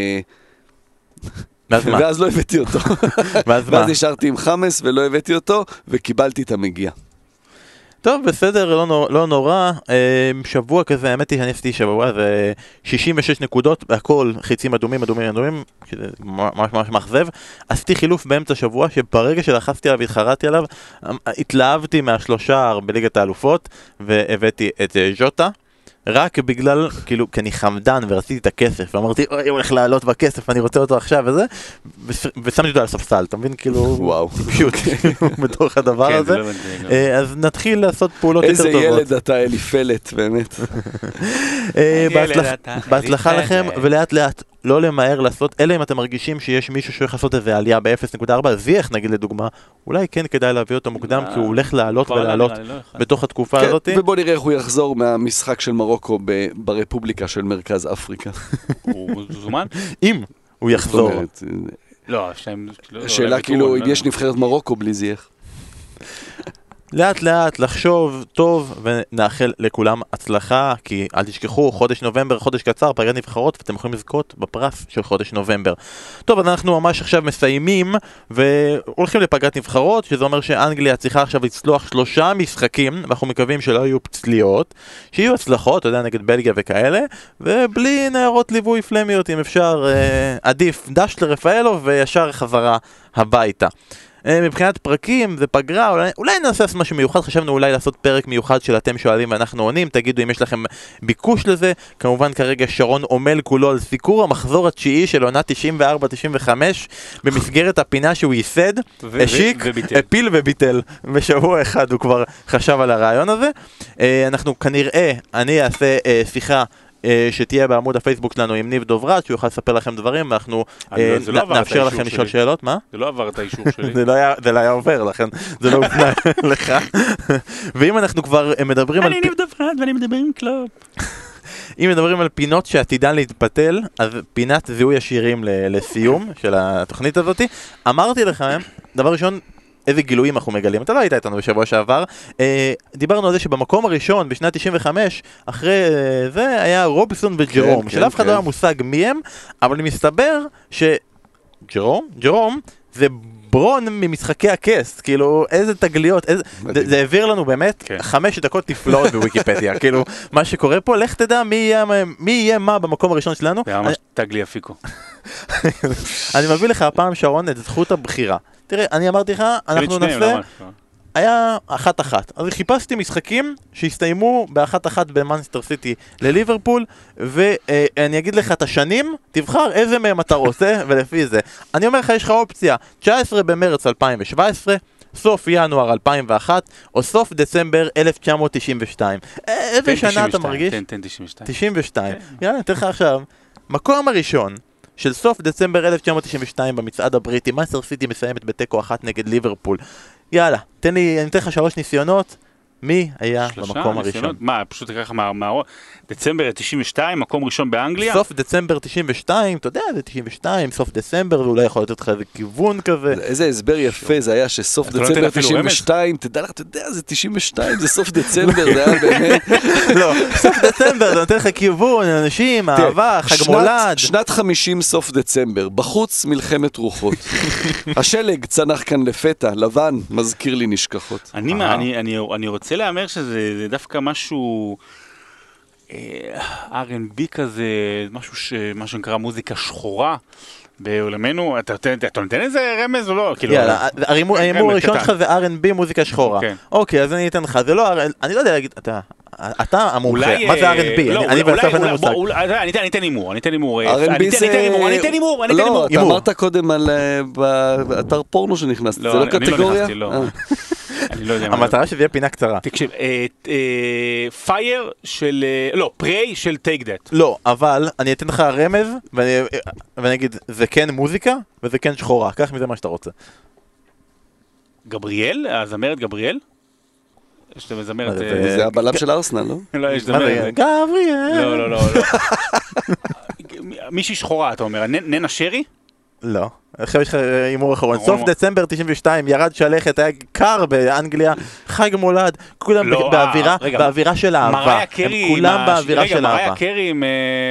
לא הבאתי אותו. ואז נשארתי עם חמאס ולא הבאתי אותו, וקיבלתי את המגיע. טוב, בסדר, לא נורא. שבוע כזה, האמת היא שאני עשיתי שבוע, זה 66 נקודות, הכל חיצים אדומים, שזה ממש מחזב. עשיתי חילוף באמצע שבוע, שברגע שלחצתי עליו והתחרתי עליו, התלהבתי מהשלושה בליגת האלופות, והבאתי את ז'וטה. רק בגלל, כאילו, כי אני חמדן ורציתי את הכסף, ואמרתי, אוי, הוא הולך לעלות בכסף, אני רוצה אותו עכשיו וזה, ושמתי אותו על ספסל, אתה מבין? כאילו, וואו, טיפשות, בתוך הדבר הזה. אז נתחיל לעשות פעולות יותר טובות. איזה ילד אתה, אליפלט, באמת. בהצלחה לכם, ולאט לאט, לא למהר לעשות, אלא אם אתם מרגישים שיש מישהו שהולך לעשות איזה עלייה ב-0.4, זייך נגיד לדוגמה, אולי כן כדאי להביא אותו מוקדם, כי הוא הולך לעלות ולעלות בתוך התקופה הזאת. ובוא נראה איך הוא יחזור מהמשחק של מרוקו ברפובליקה של מרכז אפריקה. הוא זומן? אם הוא יחזור. לא, שאלה כאילו, אם יש נבחרת מרוקו בלי זייך. לאט לאט לחשוב טוב ונאחל לכולם הצלחה, כי אל תשכחו, חודש נובמבר, חודש קצר, פגרת נבחרות, ואתם יכולים לזכות בפרס של חודש נובמבר. טוב, אז אנחנו ממש עכשיו מסיימים והולכים לפגרת נבחרות, שזה אומר שאנגליה צריכה עכשיו לצלוח 3 משחקים, ואנחנו מקווים שלא יהיו פצליות, שיהיו הצלחות, אתה יודע, נגד בלגיה וכאלה, ובלי נערות ליווי פלמיות, אם אפשר, עדיף דש לרפאלו וישר חזרה הביתה. מבחינת פרקים זה פגרה, אולי נעשה משהו מיוחד, חשבנו אולי לעשות פרק מיוחד של אתם שואלים ואנחנו עונים, תגידו אם יש לכם ביקוש לזה. כמובן כרגע שרון עומל כולו על סיקור המחזור התשיעי של עונה 94-95 במסגרת הפינה שהוא ייסד, השיק, הפיל וביטל. בשבוע אחד הוא כבר חשב על הרעיון הזה. אנחנו כנראה, אני אעשה שיחה שתהיה בעמוד הפייסבוק שלנו עם ניב דוברת, שהוא יוכל לספר לכם דברים, ואנחנו נאפשר לכם לשאול שאלות. מה? זה לא עבר את האישור שלי. זה לא היה עובר, לכן זה לא הופנה לך. ואם אנחנו כבר מדברים על... אני ניב דוברת ואני מדבר עם קלופ. אם מדברים על פינות שעתידן להתבטל, אז פינת זיהוי השירים לסיום של התוכנית הזאת. אמרתי לכם, דבר ראשון, איזה גילויים אנחנו מגלים. אתה לא היית איתנו בשבוע שעבר. דיברנו על זה שבמקום הראשון, בשנת 95, אחרי זה היה רובסון וג'רום, שלאף אחד לא היה מושג מי הם, אבל מסתבר שג'רום זה ברון ממשחקי הכס, כאילו איזה תגליות, זה העביר לנו באמת 5 דקות תפלאות בוויקיפדיה, כאילו מה שקורה פה, לך תדע מי יהיה מה במקום הראשון שלנו. זה ממש תגלי אפיקו. אני מביא לך הפעם שרון את זכות הבחירה. תראה, אני אמרתי לך, אנחנו נעשה, היה 1-1. אז חיפשתי משחקים שהסתיימו ב1-1 במנסטר סיטי לליברפול, ואני אגיד לך את השנים, תבחר איזה מהם אתה רוצה, ולפי זה. אני אומר לך, יש לך אופציה, 19 במרץ 2017, סוף ינואר 2001, או סוף דצמבר 1992. איזה שנה אתה מרגיש? 92. יאללה, נתן לך עכשיו. מקום הראשון של סוף דצמבר 1992 במצעד הבריטי, מנסטר סיטי מסיימת בתיקו 1 נגד ליברפול. יאללה, אני אתן לך 3 ניסיונות. מי היה במקום הראשון? מה, פשוט אקרא לך דצמבר 92, מקום ראשון באנגליה? סוף דצמבר 92, אתה יודע, זה 92, סוף דצמבר, ואולי יכול לתת לך איזה כיוון כזה. איזה הסבר יפה זה היה שסוף דצמבר 92, תדע לך, אתה יודע, זה 92, זה סוף דצמבר, זה היה באמת... לא, סוף דצמבר, זה נותן לך כיוון, אנשים, אהבה, חג מולד. שנת 50 סוף דצמבר, בחוץ מלחמת רוחות. השלג צנח כאן לפתע, לבן, מזכיר לי נשכחות. אני רוצה להאמר שזה דווקא משהו R&B כזה, מה שנקרא מוזיקה שחורה בעולמנו. אתה נותן איזה רמז או לא? יאללה, ההימור הראשון שלך זה R&B מוזיקה שחורה. אוקיי, אז אני אתן לך, זה לא, אני לא יודע להגיד, אתה המומחה, מה זה R&B? אני ואסף אין המושג. אני אתן הימור, אני אתן הימור. לא, אתה אמרת קודם על אתר פורנו שנכנסת, זה לא קטגוריה? אני לא יודע מה. המטרה שזה יהיה פינה קצרה. תקשיב, פייר של, לא, פריי של טייק דאט. לא, אבל אני אתן לך רמז, ואני אגיד, זה כן מוזיקה, וזה כן שחורה, קח מזה מה שאתה רוצה. גבריאל? הזמרת גבריאל? יש מזמרת... זה הבלם של ארסנל, לא? לא, יש זמרת. גבריאל. לא. מישהי שחורה, אתה אומר, ננה שרי? לא. עכשיו יש לך הימור אחרון. סוף דצמבר 92, ירד שלכת, היה קר באנגליה, חג מולד, כולם באווירה של אהבה. כולם באווירה של אהבה. מריה קרי עם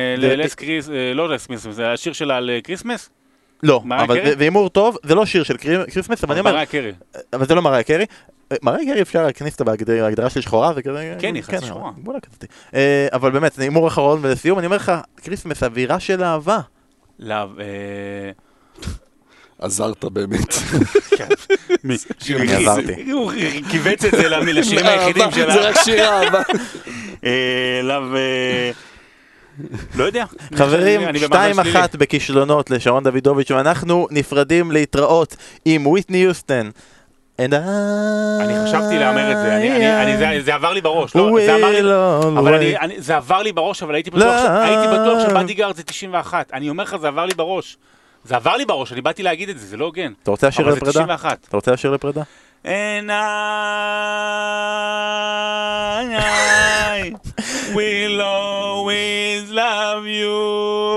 זה השיר שלה על קריסמס? לא, זה הימור טוב, זה לא שיר של קריסמס, אבל אני אומר... מריה קרי. אבל זה לא מריה קרי. מריה קרי אפשר להכניס אותה בהגדרה של שחורה, זה כזה... כן, היא חצי שחורה. אבל באמת, זה הימור אחרון ולסיום, אני אומר לך, קריסמס, אווירה של אהבה. עזרת באמת. אני עזרתי. הוא קיבץ את זה לשירים היחידים שלה. זה רק שיר אהבה. לא יודע. חברים, 2-1 בכישלונות לשרון דוידוביץ', ואנחנו נפרדים להתראות עם וויטני יוסטון. אני חשבתי לאמר את זה, זה עבר לי בראש, זה עבר לי בראש, אבל הייתי בטוח שבאדיגארד זה 91, אני אומר לך, זה עבר לי בראש. זה עבר לי בראש, אני באתי להגיד את זה, זה לא הוגן. אתה רוצה לשיר לפרידה? אתה רוצה לשיר לפרידה? And I will always love you.